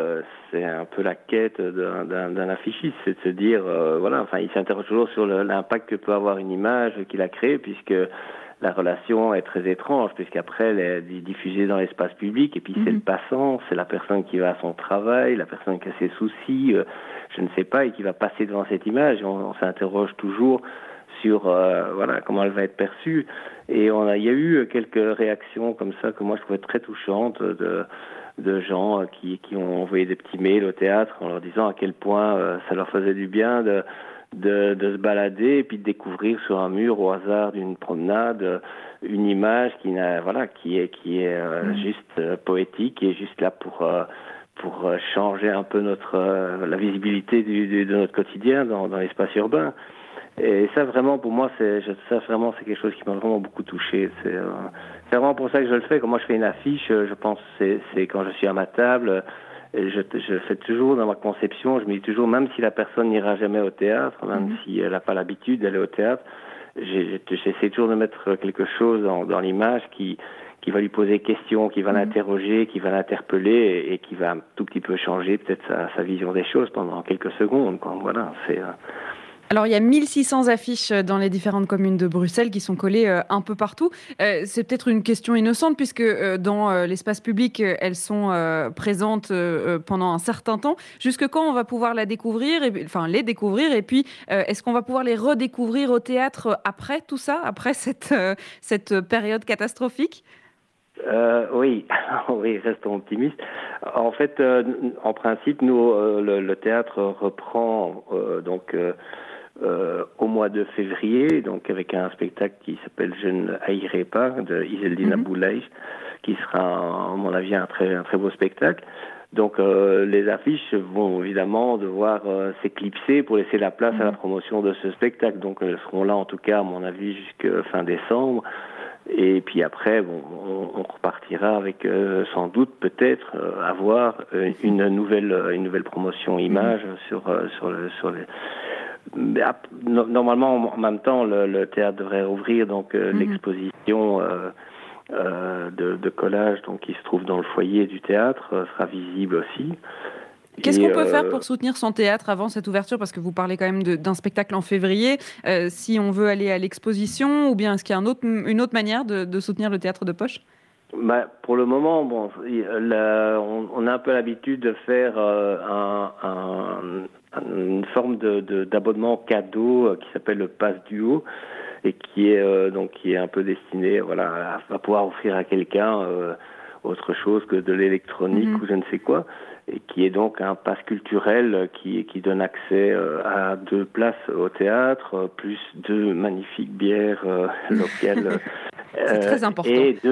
la quête d'un affichiste, c'est de se dire, voilà, enfin, il s'interroge toujours sur l'impact que peut avoir une image qu'il a créée, puisque la relation est très étrange, puisqu'après elle est diffusée dans l'espace public, et puis c'est le passant, c'est la personne qui va à son travail, la personne qui a ses soucis, je ne sais pas, et qui va passer devant cette image. On s'interroge toujours sur voilà, comment elle va être perçue. Et il y a eu quelques réactions comme ça que moi je trouvais très touchantes de gens qui ont envoyé des petits mails au théâtre en leur disant à quel point ça leur faisait du bien de se balader et puis de découvrir sur un mur au hasard d'une promenade une image qui est juste poétique, qui est juste là pour changer un peu la visibilité de notre quotidien dans l'espace urbain. Et ça, vraiment, pour moi, c'est quelque chose qui m'a vraiment beaucoup touché. C'est vraiment pour ça que je le fais. Quand moi je fais une affiche, je pense c'est quand je suis à ma table, et je fais toujours dans ma conception, je me dis toujours, même si la personne n'ira jamais au théâtre, même si elle n'a pas l'habitude d'aller au théâtre, j'essaie toujours de mettre quelque chose dans l'image qui va lui poser question, qui va l'interroger, qui va l'interpeller et qui va un tout petit peu changer peut-être sa vision des choses pendant quelques secondes. Voilà, c'est... Alors, il y a 1600 affiches dans les différentes communes de Bruxelles qui sont collées un peu partout. C'est peut-être une question innocente puisque dans l'espace public, elles sont présentes pendant un certain temps. Jusque quand on va pouvoir les découvrir et puis est-ce qu'on va pouvoir les redécouvrir au théâtre après tout ça, après cette période catastrophique? Oui, restons optimistes. En fait, en principe, nous, le théâtre reprend au mois de février, donc avec un spectacle qui s'appelle Je ne haïrai pas de Iseldina Boulay, qui sera, à mon avis, un très beau spectacle. Donc les affiches vont évidemment devoir s'éclipser pour laisser la place à la promotion de ce spectacle. Donc elles seront là, en tout cas, à mon avis, jusqu'à fin décembre. Et puis après, on repartira avec sans doute peut-être avoir une nouvelle promotion image sur les. Normalement, en même temps, le théâtre devrait rouvrir, donc l'exposition de collage, donc qui se trouve dans le foyer du théâtre, sera visible aussi. Qu'est-ce qu'on peut faire pour soutenir son théâtre avant cette ouverture? Parce que vous parlez quand même d'un spectacle en février. Si on veut aller à l'exposition, ou bien est-ce qu'il y a une autre manière de soutenir le théâtre de Poche? Pour le moment, on a un peu l'habitude de faire une forme d'abonnement cadeau qui s'appelle le Pass Duo et qui est un peu destiné à pouvoir offrir à quelqu'un autre chose que de l'électronique ou je ne sais quoi, et qui est donc un pass culturel qui donne accès à 2 places au théâtre, plus 2 magnifiques bières locales. C'est très important.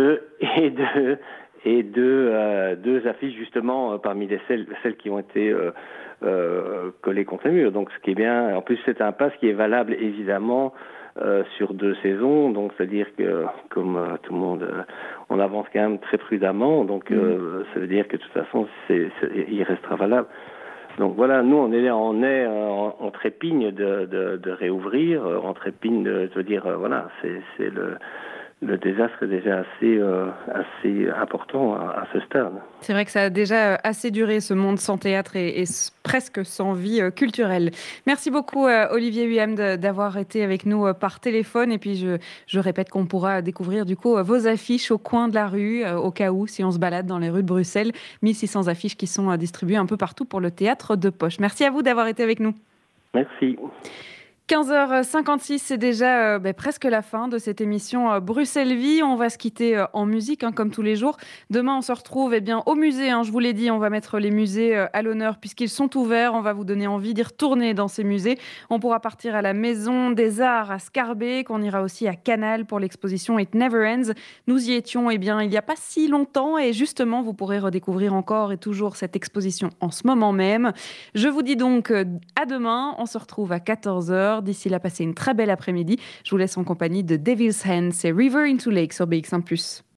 Et deux affiches justement parmi celles qui ont été collées contre les murs. Donc ce qui est bien, en plus c'est un pass qui est valable évidemment sur 2 saisons, donc c'est-à-dire que comme tout le monde, on avance quand même très prudemment, donc ça veut dire que de toute façon il restera valable. Donc voilà, nous on trépigne de réouvrir, on trépigne de dire voilà, c'est le désastre est déjà assez important à ce stade. C'est vrai que ça a déjà assez duré, ce monde sans théâtre et presque sans vie culturelle. Merci beaucoup, Olivier Huem, d'avoir été avec nous par téléphone. Et puis, je répète qu'on pourra découvrir du coup vos affiches au coin de la rue, au cas où, si on se balade dans les rues de Bruxelles. 1600 affiches qui sont distribuées un peu partout pour le théâtre de poche. Merci à vous d'avoir été avec nous. Merci. 15h56, c'est déjà presque la fin de cette émission Bruxelles Vie. On va se quitter en musique, comme tous les jours. Demain, on se retrouve au musée. Je vous l'ai dit, on va mettre les musées à l'honneur puisqu'ils sont ouverts. On va vous donner envie d'y retourner dans ces musées. On pourra partir à la Maison des Arts à Scarbeck. On ira aussi à Canal pour l'exposition It Never Ends. Nous y étions il n'y a pas si longtemps et justement, vous pourrez redécouvrir encore et toujours cette exposition en ce moment même. Je vous dis donc à demain. On se retrouve à 14h. D'ici là, passez une très belle après-midi. Je vous laisse en compagnie de Devil's Hands et River into Lake sur BX1+.